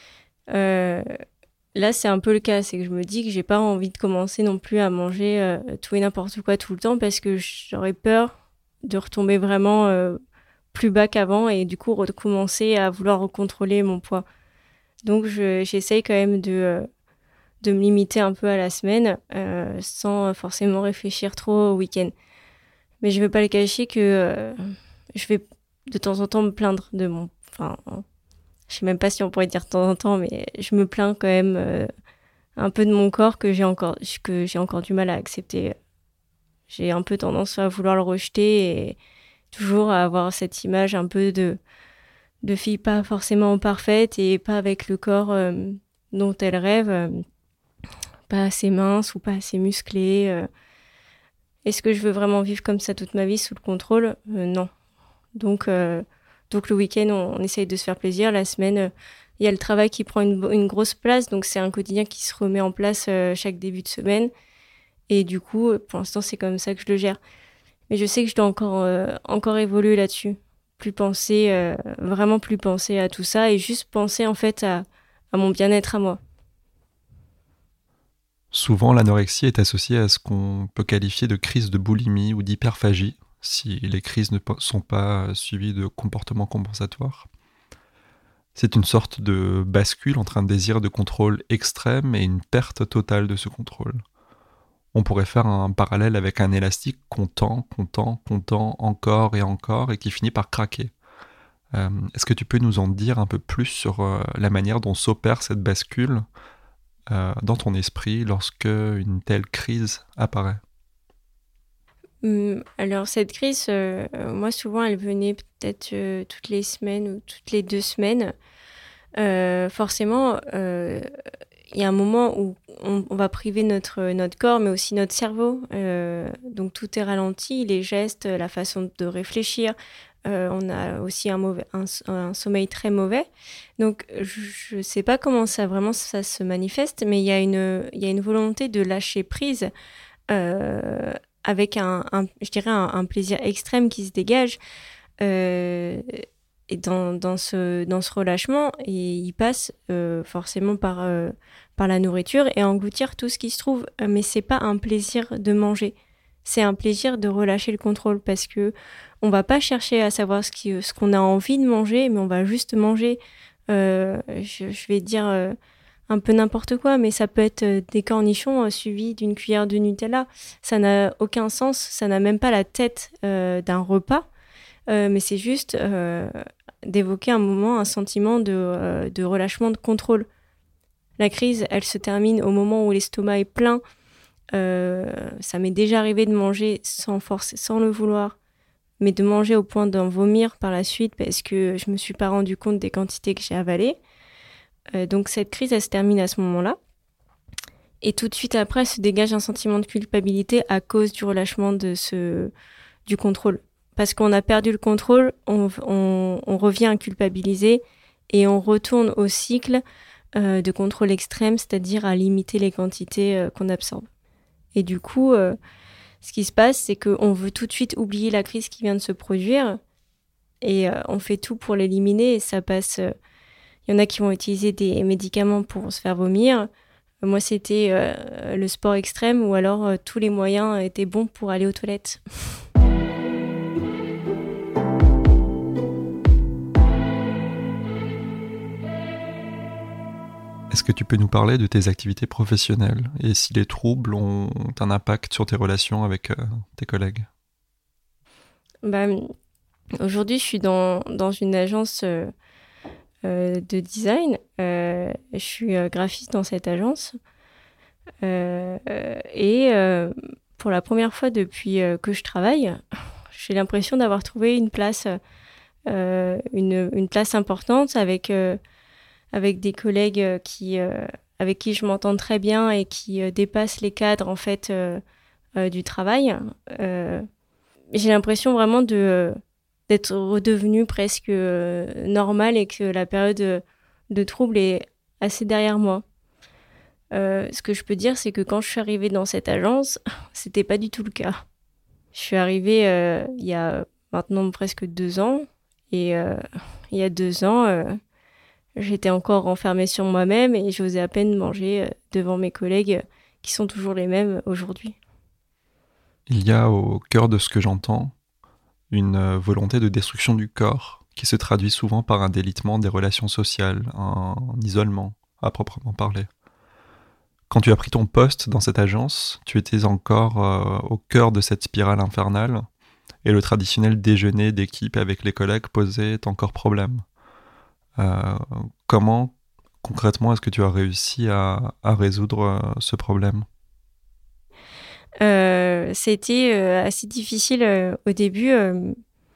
Euh, là, c'est un peu le cas, c'est que je me dis que j'ai pas envie de commencer non plus à manger euh, tout et n'importe quoi tout le temps parce que j'aurais peur de retomber vraiment euh, plus bas qu'avant et du coup recommencer à vouloir contrôler mon poids. Donc je, j'essaye quand même de, euh, de me limiter un peu à la semaine euh, sans forcément réfléchir trop au week-end. Mais je ne veux pas le cacher que euh, je vais de temps en temps me plaindre de mon... Enfin, je sais même pas si on pourrait dire de temps en temps, mais je me plains quand même euh, un peu de mon corps que j'ai encore, que j'ai encore du mal à accepter. J'ai un peu tendance à vouloir le rejeter et toujours à avoir cette image un peu de, de fille pas forcément parfaite et pas avec le corps euh, dont elle rêve, euh, pas assez mince ou pas assez musclé. Euh. Est-ce que je veux vraiment vivre comme ça toute ma vie sous le contrôle ? euh, Non. Donc, euh, donc le week-end, on, on essaye de se faire plaisir. La semaine, il euh, y a le travail qui prend une, une grosse place, donc c'est un quotidien qui se remet en place euh, chaque début de semaine. Et du coup, pour l'instant, c'est comme ça que je le gère. Mais je sais que je dois encore, euh, encore évoluer là-dessus. Plus penser, euh, vraiment plus penser à tout ça et juste penser en fait à, à mon bien-être à moi. Souvent, l'anorexie est associée à ce qu'on peut qualifier de crise de boulimie ou d'hyperphagie, si les crises ne sont pas suivies de comportements compensatoires. C'est une sorte de bascule entre un désir de contrôle extrême et une perte totale de ce contrôle. On pourrait faire un parallèle avec un élastique qu'on tend, qu'on tend, qu'on tend encore et encore et qui finit par craquer. Euh, est-ce que tu peux nous en dire un peu plus sur euh, la manière dont s'opère cette bascule euh, dans ton esprit lorsque une telle crise apparaît ? Alors cette crise, euh, moi souvent elle venait peut-être euh, toutes les semaines ou toutes les deux semaines. Euh, forcément, euh, il y a un moment où on, on va priver notre, notre corps, mais aussi notre cerveau. Euh, donc tout est ralenti, les gestes, la façon de réfléchir. Euh, on a aussi un, mauvais, un, un sommeil très mauvais. Donc je ne sais pas comment ça vraiment ça se manifeste, mais il y a une, il y a une volonté de lâcher prise. Euh, avec un, un, je dirais un, un plaisir extrême qui se dégage euh, et dans, dans, ce, dans ce relâchement, et il passe euh, forcément par, euh, par la nourriture et engloutir tout ce qui se trouve. Mais c'est pas un plaisir de manger, c'est un plaisir de relâcher le contrôle parce que on va pas chercher à savoir ce, qui, ce qu'on a envie de manger, mais on va juste manger. Euh, je, je vais dire... Euh, un peu n'importe quoi, mais ça peut être des cornichons euh, suivis d'une cuillère de Nutella. Ça n'a aucun sens, ça n'a même pas la tête euh, d'un repas, euh, mais c'est juste euh, d'évoquer un moment, un sentiment de, euh, de relâchement de contrôle. La crise, elle se termine au moment où l'estomac est plein. Euh, ça m'est déjà arrivé de manger sans force, sans le vouloir, mais de manger au point d'en vomir par la suite parce que je me suis pas rendu compte des quantités que j'ai avalées. Euh, donc cette crise, elle se termine à ce moment-là. Et tout de suite après, se dégage un sentiment de culpabilité à cause du relâchement de ce, du contrôle. Parce qu'on a perdu le contrôle, on, on, on revient à culpabiliser et on retourne au cycle euh, de contrôle extrême, c'est-à-dire à limiter les quantités euh, qu'on absorbe. Et du coup, euh, ce qui se passe, c'est qu'on veut tout de suite oublier la crise qui vient de se produire et euh, on fait tout pour l'éliminer et ça passe... Euh, Il y en a qui vont utiliser des médicaments pour se faire vomir. Moi, c'était euh, le sport extrême ou alors euh, tous les moyens étaient bons pour aller aux toilettes. Est-ce que tu peux nous parler de tes activités professionnelles et si les troubles ont un impact sur tes relations avec euh, tes collègues? Bah, aujourd'hui, je suis dans, dans une agence euh, euh, de design. Euh, je suis euh, graphiste dans cette agence. Euh, euh, et euh, pour la première fois depuis euh, que je travaille, j'ai l'impression d'avoir trouvé une place, euh, une, une place importante avec... Euh, avec des collègues qui, euh, avec qui je m'entends très bien et qui euh, dépassent les cadres en fait euh, euh, du travail. Euh, j'ai l'impression vraiment de, euh, d'être redevenue presque euh, normale et que la période de, de trouble est assez derrière moi. Euh, ce que je peux dire, c'est que quand je suis arrivée dans cette agence, c'était pas du tout le cas. Je suis arrivée euh, il y a maintenant presque deux ans et euh, il y a deux ans... Euh, J'étais encore renfermée sur moi-même et j'osais à peine manger devant mes collègues qui sont toujours les mêmes aujourd'hui. Il y a au cœur de ce que j'entends une volonté de destruction du corps qui se traduit souvent par un délitement des relations sociales, un isolement à proprement parler. Quand tu as pris ton poste dans cette agence, tu étais encore euh, au cœur de cette spirale infernale et le traditionnel déjeuner d'équipe avec les collègues posait encore problème. Euh, comment, concrètement, est-ce que tu as réussi à, à résoudre euh, ce problème ? euh, C'était euh, assez difficile euh, au début. Euh,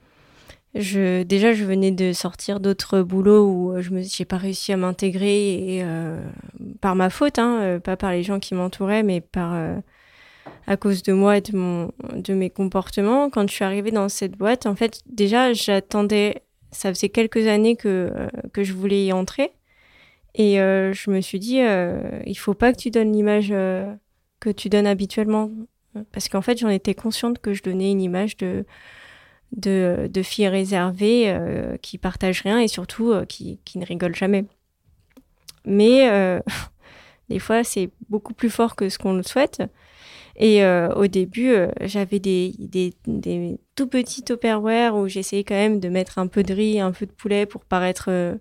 je, déjà, je venais de sortir d'autres boulots où je me, j'ai pas réussi à m'intégrer et, euh, par ma faute, hein, euh, pas par les gens qui m'entouraient, mais par, euh, à cause de moi et de, mon, de mes comportements. Quand je suis arrivée dans cette boîte, en fait, déjà, j'attendais... Ça faisait quelques années que, euh, que je voulais y entrer. Et euh, je me suis dit, euh, il faut pas que tu donnes l'image euh, que tu donnes habituellement. Parce qu'en fait, j'en étais consciente que je donnais une image de, de, de fille réservée euh, qui partage rien et surtout euh, qui, qui ne rigole jamais. Mais euh, des fois, c'est beaucoup plus fort que ce qu'on le souhaite. Et euh, au début, euh, j'avais des, des, des tout petits Tupperware où j'essayais quand même de mettre un peu de riz, un peu de poulet pour paraître euh,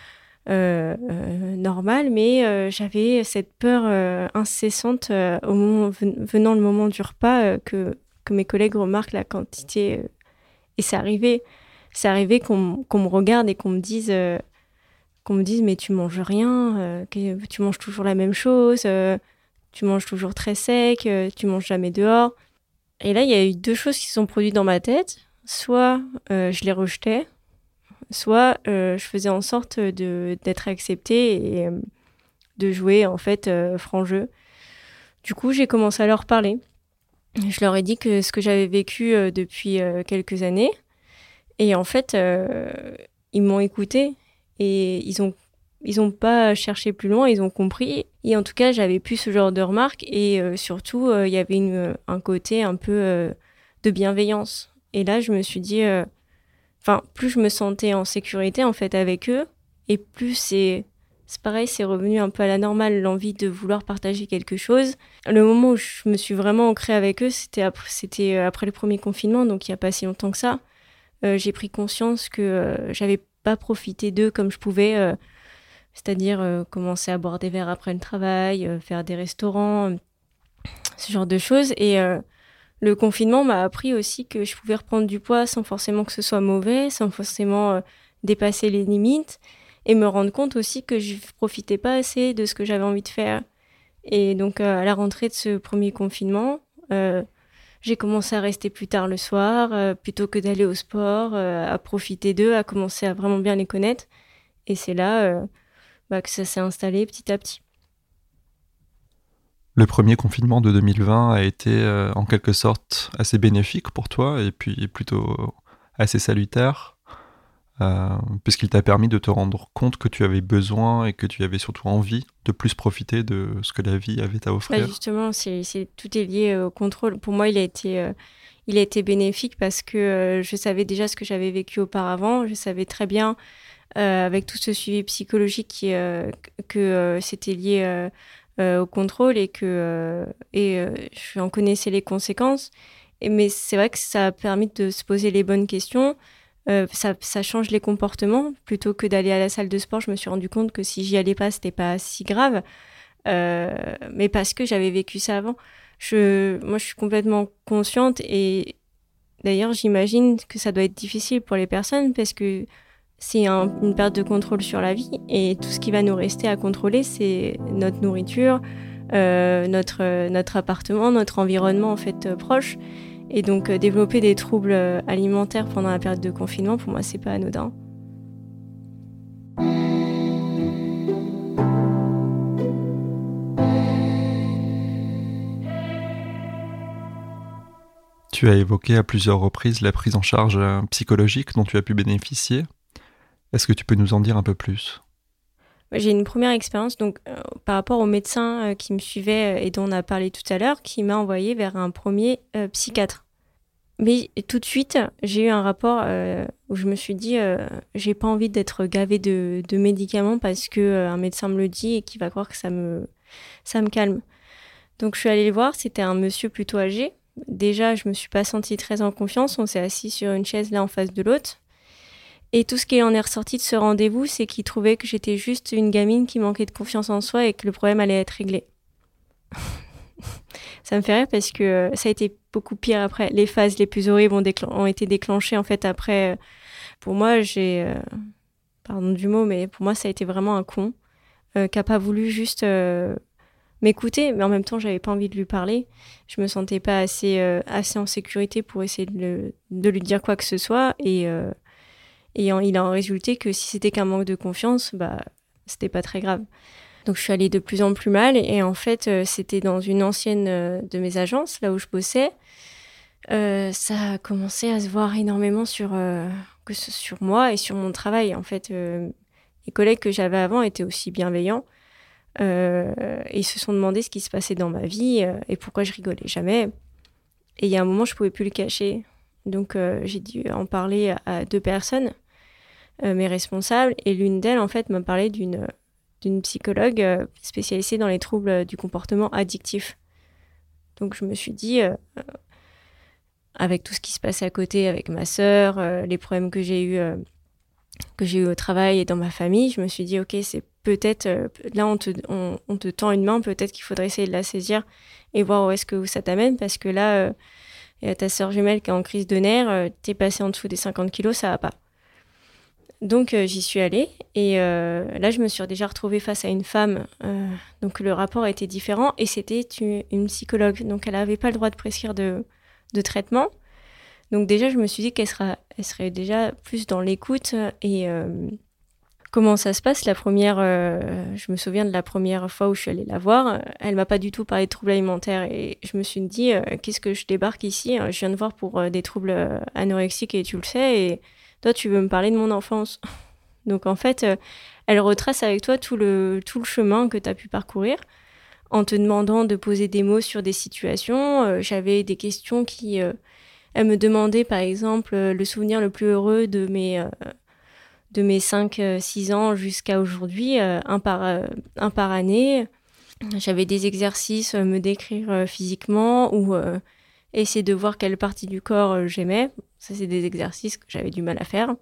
euh, euh, normal. Mais euh, j'avais cette peur euh, incessante euh, au moment, venant le moment du repas euh, que, que mes collègues remarquent la quantité. Euh, et c'est arrivé, c'est arrivé qu'on, qu'on me regarde et qu'on me dise, euh, qu'on me dise mais tu manges rien, euh, que, tu manges toujours la même chose. Euh, Tu manges toujours très sec, euh, tu manges jamais dehors. Et là, il y a eu deux choses qui se sont produites dans ma tête. Soit euh, je les rejetais, soit euh, je faisais en sorte de, d'être acceptée et euh, de jouer en fait euh, franc jeu. Du coup, j'ai commencé à leur parler. Je leur ai dit que ce que j'avais vécu euh, depuis euh, quelques années. Et en fait, euh, ils m'ont écoutée et ils ont Ils n'ont pas cherché plus loin, ils ont compris. Et en tout cas, j'avais plus ce genre de remarques. Et euh, surtout, il euh, y avait une, un côté un peu euh, de bienveillance. Et là, je me suis dit... Enfin, euh, plus je me sentais en sécurité, en fait, avec eux. Et plus c'est... C'est pareil, c'est revenu un peu à la normale, l'envie de vouloir partager quelque chose. Le moment où je me suis vraiment ancrée avec eux, c'était après, c'était après le premier confinement, donc il n'y a pas si longtemps que ça. Euh, j'ai pris conscience que euh, j'avais pas profité d'eux comme je pouvais... Euh, C'est-à-dire euh, commencer à boire des verres après le travail, euh, faire des restaurants, euh, ce genre de choses. Et euh, le confinement m'a appris aussi que je pouvais reprendre du poids sans forcément que ce soit mauvais, sans forcément euh, dépasser les limites. Et me rendre compte aussi que je ne profitais pas assez de ce que j'avais envie de faire. Et donc, euh, à la rentrée de ce premier confinement, euh, j'ai commencé à rester plus tard le soir, euh, plutôt que d'aller au sport, euh, à profiter d'eux, à commencer à vraiment bien les connaître. Et c'est là... Euh, Bah, que ça s'est installé petit à petit. Le premier confinement de deux mille vingt a été euh, en quelque sorte assez bénéfique pour toi et puis plutôt assez salutaire euh, puisqu'il t'a permis de te rendre compte que tu avais besoin et que tu avais surtout envie de plus profiter de ce que la vie avait à offrir. Bah justement, c'est, c'est, tout est lié au contrôle. Pour moi, il a été, euh, il a été bénéfique parce que euh, je savais déjà ce que j'avais vécu auparavant. Je savais très bien Euh, avec tout ce suivi psychologique qui, euh, que euh, c'était lié euh, euh, au contrôle et que euh, et euh, je en connaissais les conséquences. Et, mais c'est vrai que ça a permis de se poser les bonnes questions. Euh, ça, ça change les comportements. Plutôt que d'aller à la salle de sport, je me suis rendu compte que si j'y allais pas, c'était pas si grave. Euh, mais parce que j'avais vécu ça avant. Je, moi, je suis complètement consciente et d'ailleurs, j'imagine que ça doit être difficile pour les personnes parce que c'est un, une perte de contrôle sur la vie et tout ce qui va nous rester à contrôler, c'est notre nourriture, euh, notre, notre appartement, notre environnement en fait euh, proche. Et donc, euh, développer des troubles alimentaires pendant la période de confinement, pour moi, c'est pas anodin. Tu as évoqué à plusieurs reprises la prise en charge psychologique dont tu as pu bénéficier. Est-ce que tu peux nous en dire un peu plus ? J'ai une première expérience donc, euh, par rapport au médecin euh, qui me suivait euh, et dont on a parlé tout à l'heure, qui m'a envoyé vers un premier euh, psychiatre. Mais tout de suite, j'ai eu un rapport euh, où je me suis dit, euh, j'ai pas envie d'être gavée de, de médicaments parce que euh, un médecin me le dit et qu'il va croire que ça me, ça me calme. Donc je suis allée le voir, c'était un monsieur plutôt âgé. Déjà, je me suis pas sentie très en confiance. On s'est assis sur une chaise l'un en face de l'autre. Et tout ce qui en est ressorti de ce rendez-vous, c'est qu'il trouvait que j'étais juste une gamine qui manquait de confiance en soi et que le problème allait être réglé. Ça me fait rire parce que ça a été beaucoup pire après. Les phases les plus horribles ont, déclen- ont été déclenchées en fait après. Pour moi, j'ai... Euh, pardon du mot, mais pour moi, ça a été vraiment un con euh, qui n'a pas voulu juste euh, m'écouter. Mais en même temps, j'avais pas envie de lui parler. Je me sentais pas assez, euh, assez en sécurité pour essayer de, le, de lui dire quoi que ce soit. Et... Euh, Et en, il a en résulté que si c'était qu'un manque de confiance, bah, c'était pas très grave. Donc je suis allée de plus en plus mal et en fait, euh, c'était dans une ancienne euh, de mes agences, là où je bossais. Euh, ça a commencé à se voir énormément sur, euh, que ce, sur moi et sur mon travail. En fait, euh, les collègues que j'avais avant étaient aussi bienveillants euh, et ils se sont demandé ce qui se passait dans ma vie euh, et pourquoi je rigolais jamais. Et il y a un moment, je pouvais plus le cacher. Donc euh, j'ai dû en parler à, à deux personnes. Euh, mes responsables, et l'une d'elles, en fait, m'a parlé d'une, d'une psychologue euh, spécialisée dans les troubles du comportement addictif. Donc, je me suis dit, euh, avec tout ce qui se passait à côté, avec ma sœur, euh, les problèmes que j'ai eus, euh, que j'ai eu au travail et dans ma famille, je me suis dit, ok, c'est peut-être, euh, là, on te, on, on te tend une main, peut-être qu'il faudrait essayer de la saisir et voir où est-ce que ça t'amène, parce que là, euh, il y a ta sœur jumelle qui est en crise de nerfs, euh, t'es passé en dessous des cinquante kilos, ça va pas. Donc euh, j'y suis allée et euh, là je me suis déjà retrouvée face à une femme, euh, donc le rapport était différent et c'était une, une psychologue, donc elle n'avait pas le droit de prescrire de, de traitement. Donc déjà je me suis dit qu'elle sera, elle serait déjà plus dans l'écoute et euh, comment ça se passe la première, euh, je me souviens de la première fois où je suis allée la voir, elle m'a pas du tout parlé de troubles alimentaires et je me suis dit euh, qu'est-ce que je débarque ici, je viens de voir pour euh, des troubles anorexiques et tu le sais et toi, tu veux me parler de mon enfance. Donc, en fait, euh, elle retrace avec toi tout le, tout le chemin que tu as pu parcourir en te demandant de poser des mots sur des situations. Euh, j'avais des questions qui... Euh, elle me demandait, par exemple, euh, le souvenir le plus heureux de mes, euh, de mes cinq six ans jusqu'à aujourd'hui, euh, un, par, euh, un par année. J'avais des exercices, euh, me décrire euh, physiquement ou euh, essayer de voir quelle partie du corps euh, j'aimais. Ça, c'est des exercices que j'avais du mal à faire.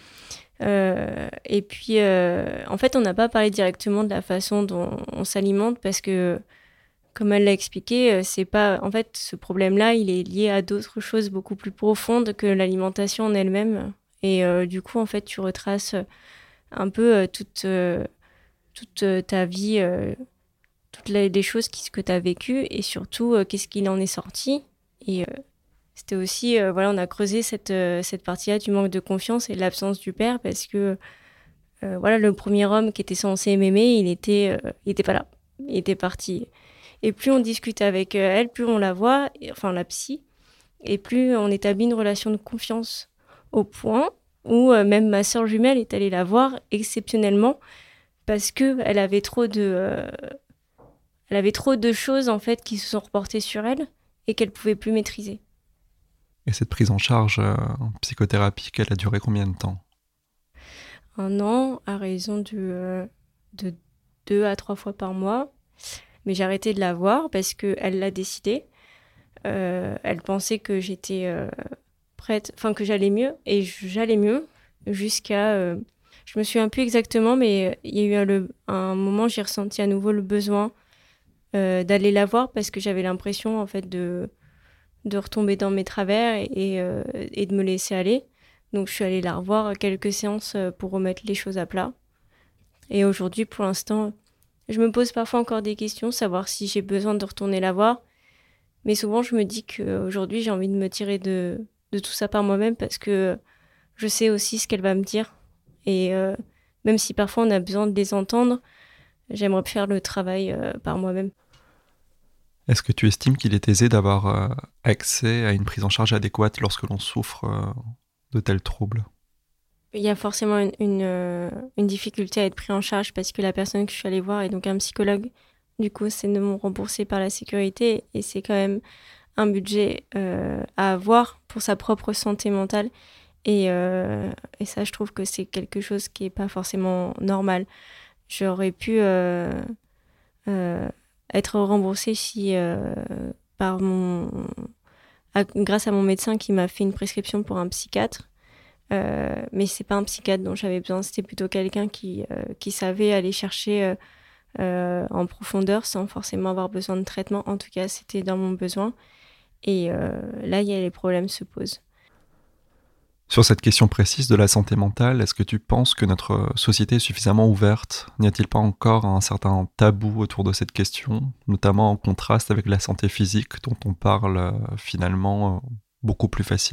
Euh, et puis, euh, en fait, on n'a pas parlé directement de la façon dont on s'alimente parce que, comme elle l'a expliqué, c'est pas, en fait, ce problème-là, il est lié à d'autres choses beaucoup plus profondes que l'alimentation en elle-même. Et euh, du coup, en fait, tu retraces un peu euh, toute, euh, toute euh, ta vie, euh, toutes les, les choses qui, que tu as vécues et surtout, euh, qu'est-ce qu'il en est sorti. Et... Euh, C'était aussi, euh, voilà, on a creusé cette, euh, cette partie-là du manque de confiance et de l'absence du père parce que, euh, voilà, le premier homme qui était censé m'aimer, il était, euh, il était pas là. Il était parti. Et plus on discute avec elle, plus on la voit, et, enfin la psy, et plus on établit une relation de confiance au point où euh, même ma sœur jumelle est allée la voir exceptionnellement parce qu'elle avait trop de, euh, elle avait trop de choses en fait qui se sont reportées sur elle et qu'elle pouvait plus maîtriser. Et cette prise en charge euh, en psychothérapie, elle a duré combien de temps ? Un an, à raison de, euh, de deux à trois fois par mois. Mais j'ai arrêté de la voir parce qu'elle l'a décidé. Euh, elle pensait que j'étais euh, prête, enfin que j'allais mieux, et j'allais mieux jusqu'à... Euh, je me souviens plus exactement, mais il y a eu un, le, un moment, j'ai ressenti à nouveau le besoin euh, d'aller la voir parce que j'avais l'impression en fait de, de retomber dans mes travers et, et, euh, et de me laisser aller. Donc je suis allée la revoir quelques séances pour remettre les choses à plat. Et aujourd'hui, pour l'instant, je me pose parfois encore des questions, savoir si j'ai besoin de retourner la voir. Mais souvent, je me dis qu'aujourd'hui, j'ai envie de me tirer de, de tout ça par moi-même parce que je sais aussi ce qu'elle va me dire. Et euh, même si parfois on a besoin de les entendre, j'aimerais faire le travail euh, par moi-même. Est-ce que tu estimes qu'il est aisé d'avoir euh, accès à une prise en charge adéquate lorsque l'on souffre euh, de tels troubles ? Il y a forcément une, une, euh, une difficulté à être pris en charge parce que la personne que je suis allée voir est donc un psychologue. Du coup, c'est non remboursé par la sécurité et c'est quand même un budget euh, à avoir pour sa propre santé mentale. Et, euh, et ça, je trouve que c'est quelque chose qui n'est pas forcément normal. J'aurais pu euh, euh, être remboursée si, euh, par mon, à, grâce à mon médecin qui m'a fait une prescription pour un psychiatre. Euh, mais c'est pas un psychiatre dont j'avais besoin, c'était plutôt quelqu'un qui, euh, qui savait aller chercher euh, euh, en profondeur sans forcément avoir besoin de traitement. En tout cas, c'était dans mon besoin. Et euh, là, y a, les problèmes se posent. Sur cette question précise de la santé mentale, est-ce que tu penses que notre société est suffisamment ouverte ? N'y a-t-il pas encore un certain tabou autour de cette question, notamment en contraste avec la santé physique dont on parle euh, finalement euh, beaucoup plus facilement ?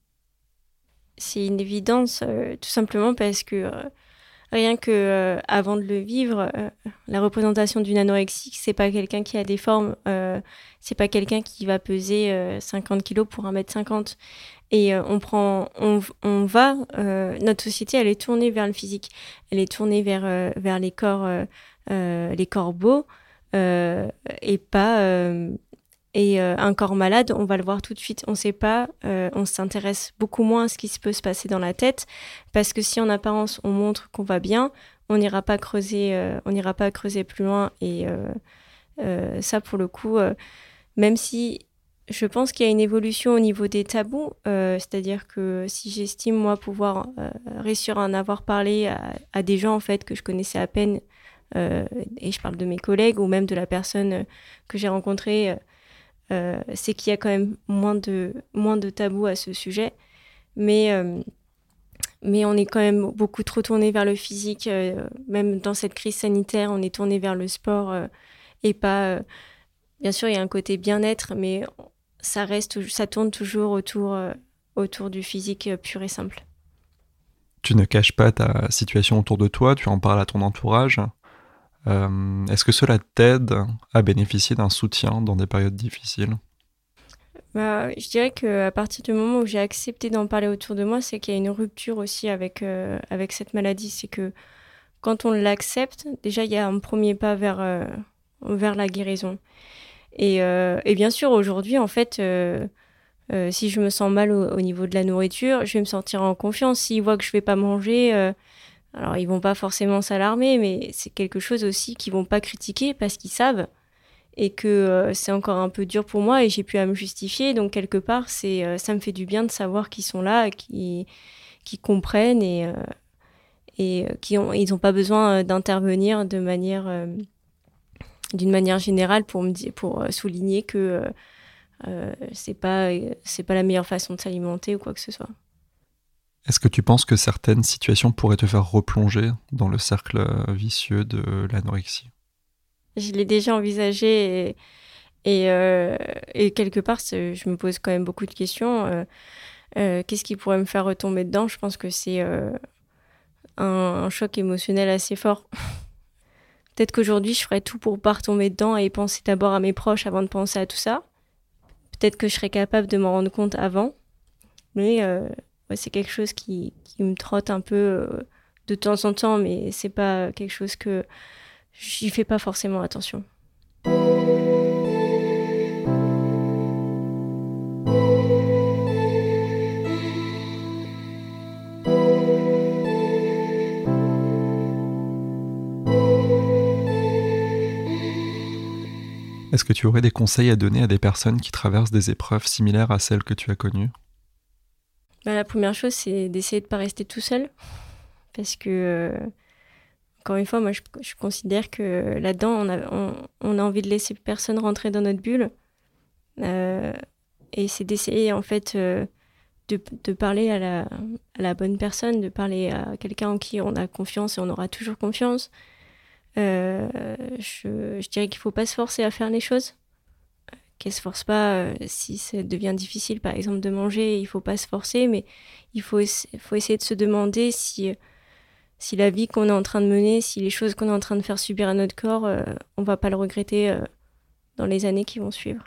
C'est une évidence, euh, tout simplement parce que euh, rien que euh, avant de le vivre, euh, la représentation d'une anorexique, c'est pas quelqu'un qui a des formes, euh, c'est pas quelqu'un qui va peser euh, cinquante kilos pour un mètre cinquante. Et euh, on prend, on, on va, euh, notre société, elle est tournée vers le physique, elle est tournée vers euh, vers les corps, euh, euh, les corps beaux, euh, et pas euh, et euh, un corps malade, on va le voir tout de suite. On sait pas, euh, on s'intéresse beaucoup moins à ce qui se peut se passer dans la tête, parce que si en apparence on montre qu'on va bien, on n'ira pas creuser, euh, on n'ira pas creuser plus loin. Et euh, euh, ça, pour le coup, euh, même si je pense qu'il y a une évolution au niveau des tabous, euh, c'est-à-dire que si j'estime, moi, pouvoir euh, réussir à en avoir parlé à, à des gens, en fait, que je connaissais à peine, euh, et je parle de mes collègues ou même de la personne que j'ai rencontrée, euh, c'est qu'il y a quand même moins de, moins de tabous à ce sujet. Mais, euh, mais on est quand même beaucoup trop tourné vers le physique. Euh, même dans cette crise sanitaire, on est tourné vers le sport euh, et pas... Euh, bien sûr, il y a un côté bien-être, mais ça reste, ça tourne toujours autour, euh, autour du physique euh, pur et simple. Tu ne caches pas ta situation autour de toi, tu en parles à ton entourage. Euh, est-ce que cela t'aide à bénéficier d'un soutien dans des périodes difficiles ? Bah, je dirais qu'à partir du moment où j'ai accepté d'en parler autour de moi, c'est qu'il y a une rupture aussi avec, euh, avec cette maladie. C'est que quand on l'accepte, déjà, il y a un premier pas vers, euh, vers la guérison. Et, euh, et bien sûr, aujourd'hui, en fait, euh, euh, si je me sens mal au, au niveau de la nourriture, je vais me sentir en confiance. S'ils voient que je vais pas manger, euh, alors ils vont pas forcément s'alarmer, mais c'est quelque chose aussi qu'ils vont pas critiquer parce qu'ils savent et que euh, c'est encore un peu dur pour moi et j'ai pu à me justifier. Donc quelque part, c'est, euh, ça me fait du bien de savoir qu'ils sont là, qu'ils, qu'ils comprennent et, euh, et euh, qu'ils ont, ils n'ont pas besoin d'intervenir de manière... Euh, d'une manière générale pour me dire, pour euh, souligner que euh, euh, c'est pas euh, c'est pas la meilleure façon de s'alimenter ou quoi que ce soit. Est-ce que tu penses que certaines situations pourraient te faire replonger dans le cercle vicieux de l'anorexie ? Je l'ai déjà envisagé et, et, euh, et quelque part je me pose quand même beaucoup de questions. Euh, euh, qu'est-ce qui pourrait me faire retomber dedans ? Je pense que c'est euh, un, un choc émotionnel assez fort. Peut-être qu'aujourd'hui, je ferais tout pour pas retomber dedans et penser d'abord à mes proches avant de penser à tout ça. Peut-être que je serais capable de m'en rendre compte avant. Mais euh, ouais, c'est quelque chose qui, qui me trotte un peu euh, de temps en temps, mais c'est pas quelque chose que j'y fais pas forcément attention. Est-ce que tu aurais des conseils à donner à des personnes qui traversent des épreuves similaires à celles que tu as connues ? Bah, la première chose, c'est d'essayer de ne pas rester tout seul. Parce que, euh, encore une fois, moi, je, je considère que là-dedans, on a, on, on a envie de laisser personne rentrer dans notre bulle. Euh, et c'est d'essayer, en fait, euh, de, de parler à la, à la bonne personne, de parler à quelqu'un en qui on a confiance et on aura toujours confiance. Euh, je, je dirais qu'il ne faut pas se forcer à faire les choses. Qu'elle ne se force pas, euh, si ça devient difficile, par exemple, de manger, il ne faut pas se forcer, mais il faut, faut essayer de se demander si... Si la vie qu'on est en train de mener, si les choses qu'on est en train de faire subir à notre corps, euh, on ne va pas le regretter euh, dans les années qui vont suivre.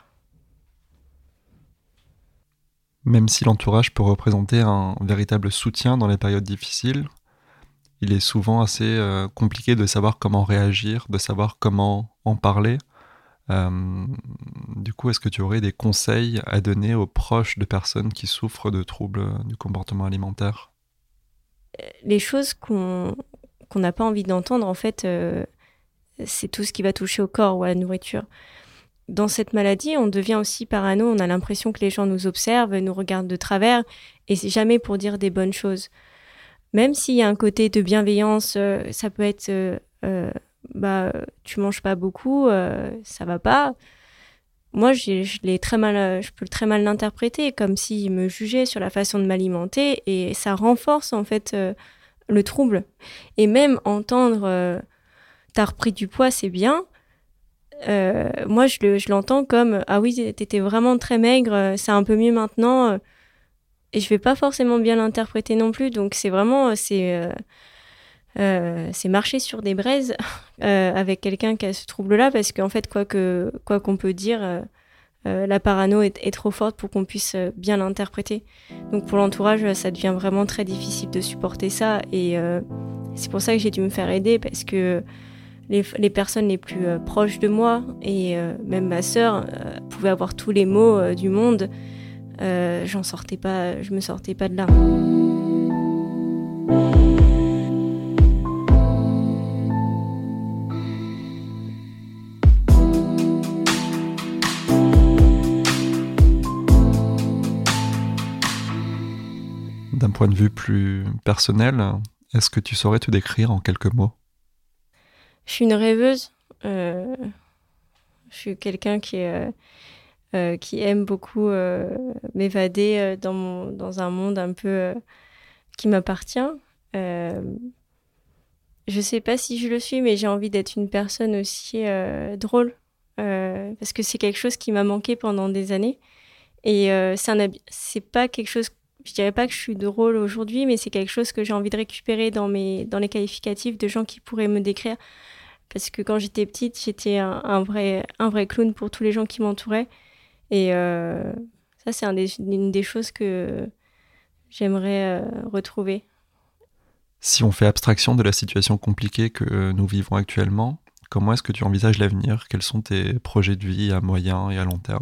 Même si l'entourage peut représenter un véritable soutien dans les périodes difficiles, il est souvent assez euh, compliqué de savoir comment réagir, de savoir comment en parler. Euh, du coup, est-ce que tu aurais des conseils à donner aux proches de personnes qui souffrent de troubles du comportement alimentaire ? Les choses qu'on qu'on n'a pas envie d'entendre, en fait, euh, c'est tout ce qui va toucher au corps ou à la nourriture. Dans cette maladie, on devient aussi parano, on a l'impression que les gens nous observent, nous regardent de travers, et c'est jamais pour dire des bonnes choses. Même s'il y a un côté de bienveillance, euh, ça peut être euh, euh, bah, tu manges pas beaucoup, euh, ça va pas. Moi, j'ai, je, l'ai très mal, je peux très mal l'interpréter, comme s'il me jugeait sur la façon de m'alimenter, et ça renforce en fait euh, le trouble. Et même entendre euh, « t'as repris du poids, c'est bien euh, », moi je, le, je l'entends comme « ah oui, t'étais vraiment très maigre, c'est un peu mieux maintenant », et je vais pas forcément bien l'interpréter non plus, donc c'est vraiment... c'est euh, Euh, c'est marcher sur des braises euh, avec quelqu'un qui a ce trouble-là, parce qu'en fait, quoi, que, quoi qu'on peut dire, euh, euh, la parano est, est trop forte pour qu'on puisse euh, bien l'interpréter. Donc pour l'entourage, ça devient vraiment très difficile de supporter ça, et euh, c'est pour ça que j'ai dû me faire aider, parce que les, les personnes les plus euh, proches de moi, et euh, même ma sœur, euh, pouvaient avoir tous les maux euh, du monde. Euh, j'en sortais pas, je me sortais pas de là. D'un point de vue plus personnel, est-ce que tu saurais te décrire en quelques mots ? Je suis une rêveuse. Euh, je suis quelqu'un qui, est, euh, qui aime beaucoup euh, m'évader euh, dans, mon, dans un monde un peu euh, qui m'appartient. Euh, je ne sais pas si je le suis, mais j'ai envie d'être une personne aussi euh, drôle. Euh, parce que c'est quelque chose qui m'a manqué pendant des années. Et euh, c'est, un, c'est pas quelque chose... Je dirais pas que je suis drôle aujourd'hui, mais c'est quelque chose que j'ai envie de récupérer dans, mes, dans les qualificatifs de gens qui pourraient me décrire. Parce que quand j'étais petite, j'étais un, un, vrai, un vrai clown pour tous les gens qui m'entouraient. Et euh, ça, c'est un des, une des choses que j'aimerais euh, retrouver. Si on fait abstraction de la situation compliquée que nous vivons actuellement, comment est-ce que tu envisages l'avenir ? Quels sont tes projets de vie à moyen et à long terme ?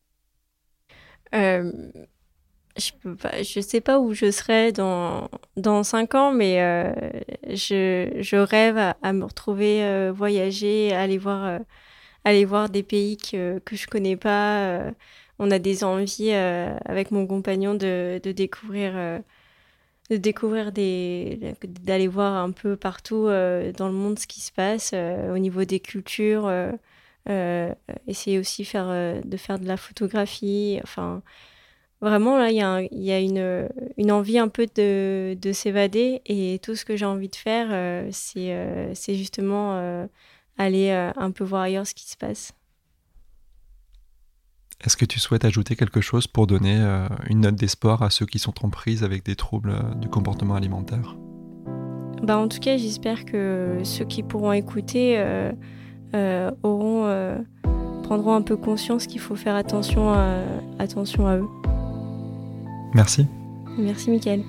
euh, Je peux pas, je sais pas où je serai dans, dans cinq ans, mais euh, je, je rêve à, à me retrouver euh, voyager, aller voir, euh, aller voir des pays que, que je connais pas. Euh, on a des envies euh, avec mon compagnon de, de découvrir, euh, de découvrir des, d'aller voir un peu partout euh, dans le monde ce qui se passe euh, au niveau des cultures. Euh, euh, essayer aussi faire, euh, de faire de la photographie, enfin. Vraiment, là, il y a, un, y a une, une envie un peu de, de s'évader, et tout ce que j'ai envie de faire, euh, c'est, euh, c'est justement euh, aller euh, un peu voir ailleurs ce qui se passe. Est-ce que tu souhaites ajouter quelque chose pour donner euh, une note d'espoir à ceux qui sont en prise avec des troubles euh, du comportement alimentaire ? Bah, en tout cas, j'espère que ceux qui pourront écouter euh, euh, auront, euh, prendront un peu conscience qu'il faut faire attention à, attention à eux. Merci. Merci, Mickaël.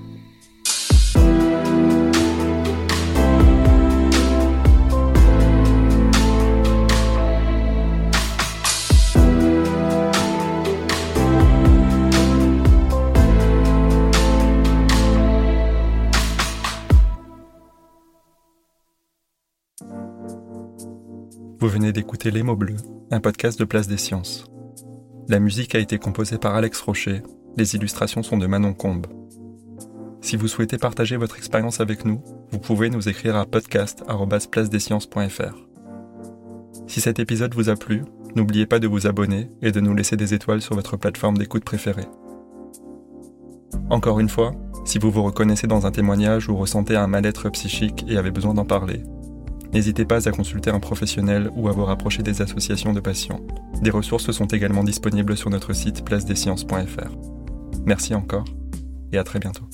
Vous venez d'écouter Les mots bleus, un podcast de Place des Sciences. La musique a été composée par Alex Rocher, les illustrations sont de Manon Combe. Si vous souhaitez partager votre expérience avec nous, vous pouvez nous écrire à podcast arobase place des sciences point f r. Si cet épisode vous a plu, n'oubliez pas de vous abonner et de nous laisser des étoiles sur votre plateforme d'écoute préférée. Encore une fois, si vous vous reconnaissez dans un témoignage ou ressentez un mal-être psychique et avez besoin d'en parler, n'hésitez pas à consulter un professionnel ou à vous rapprocher des associations de patients. Des ressources sont également disponibles sur notre site place des sciences point f r. Merci encore et à très bientôt.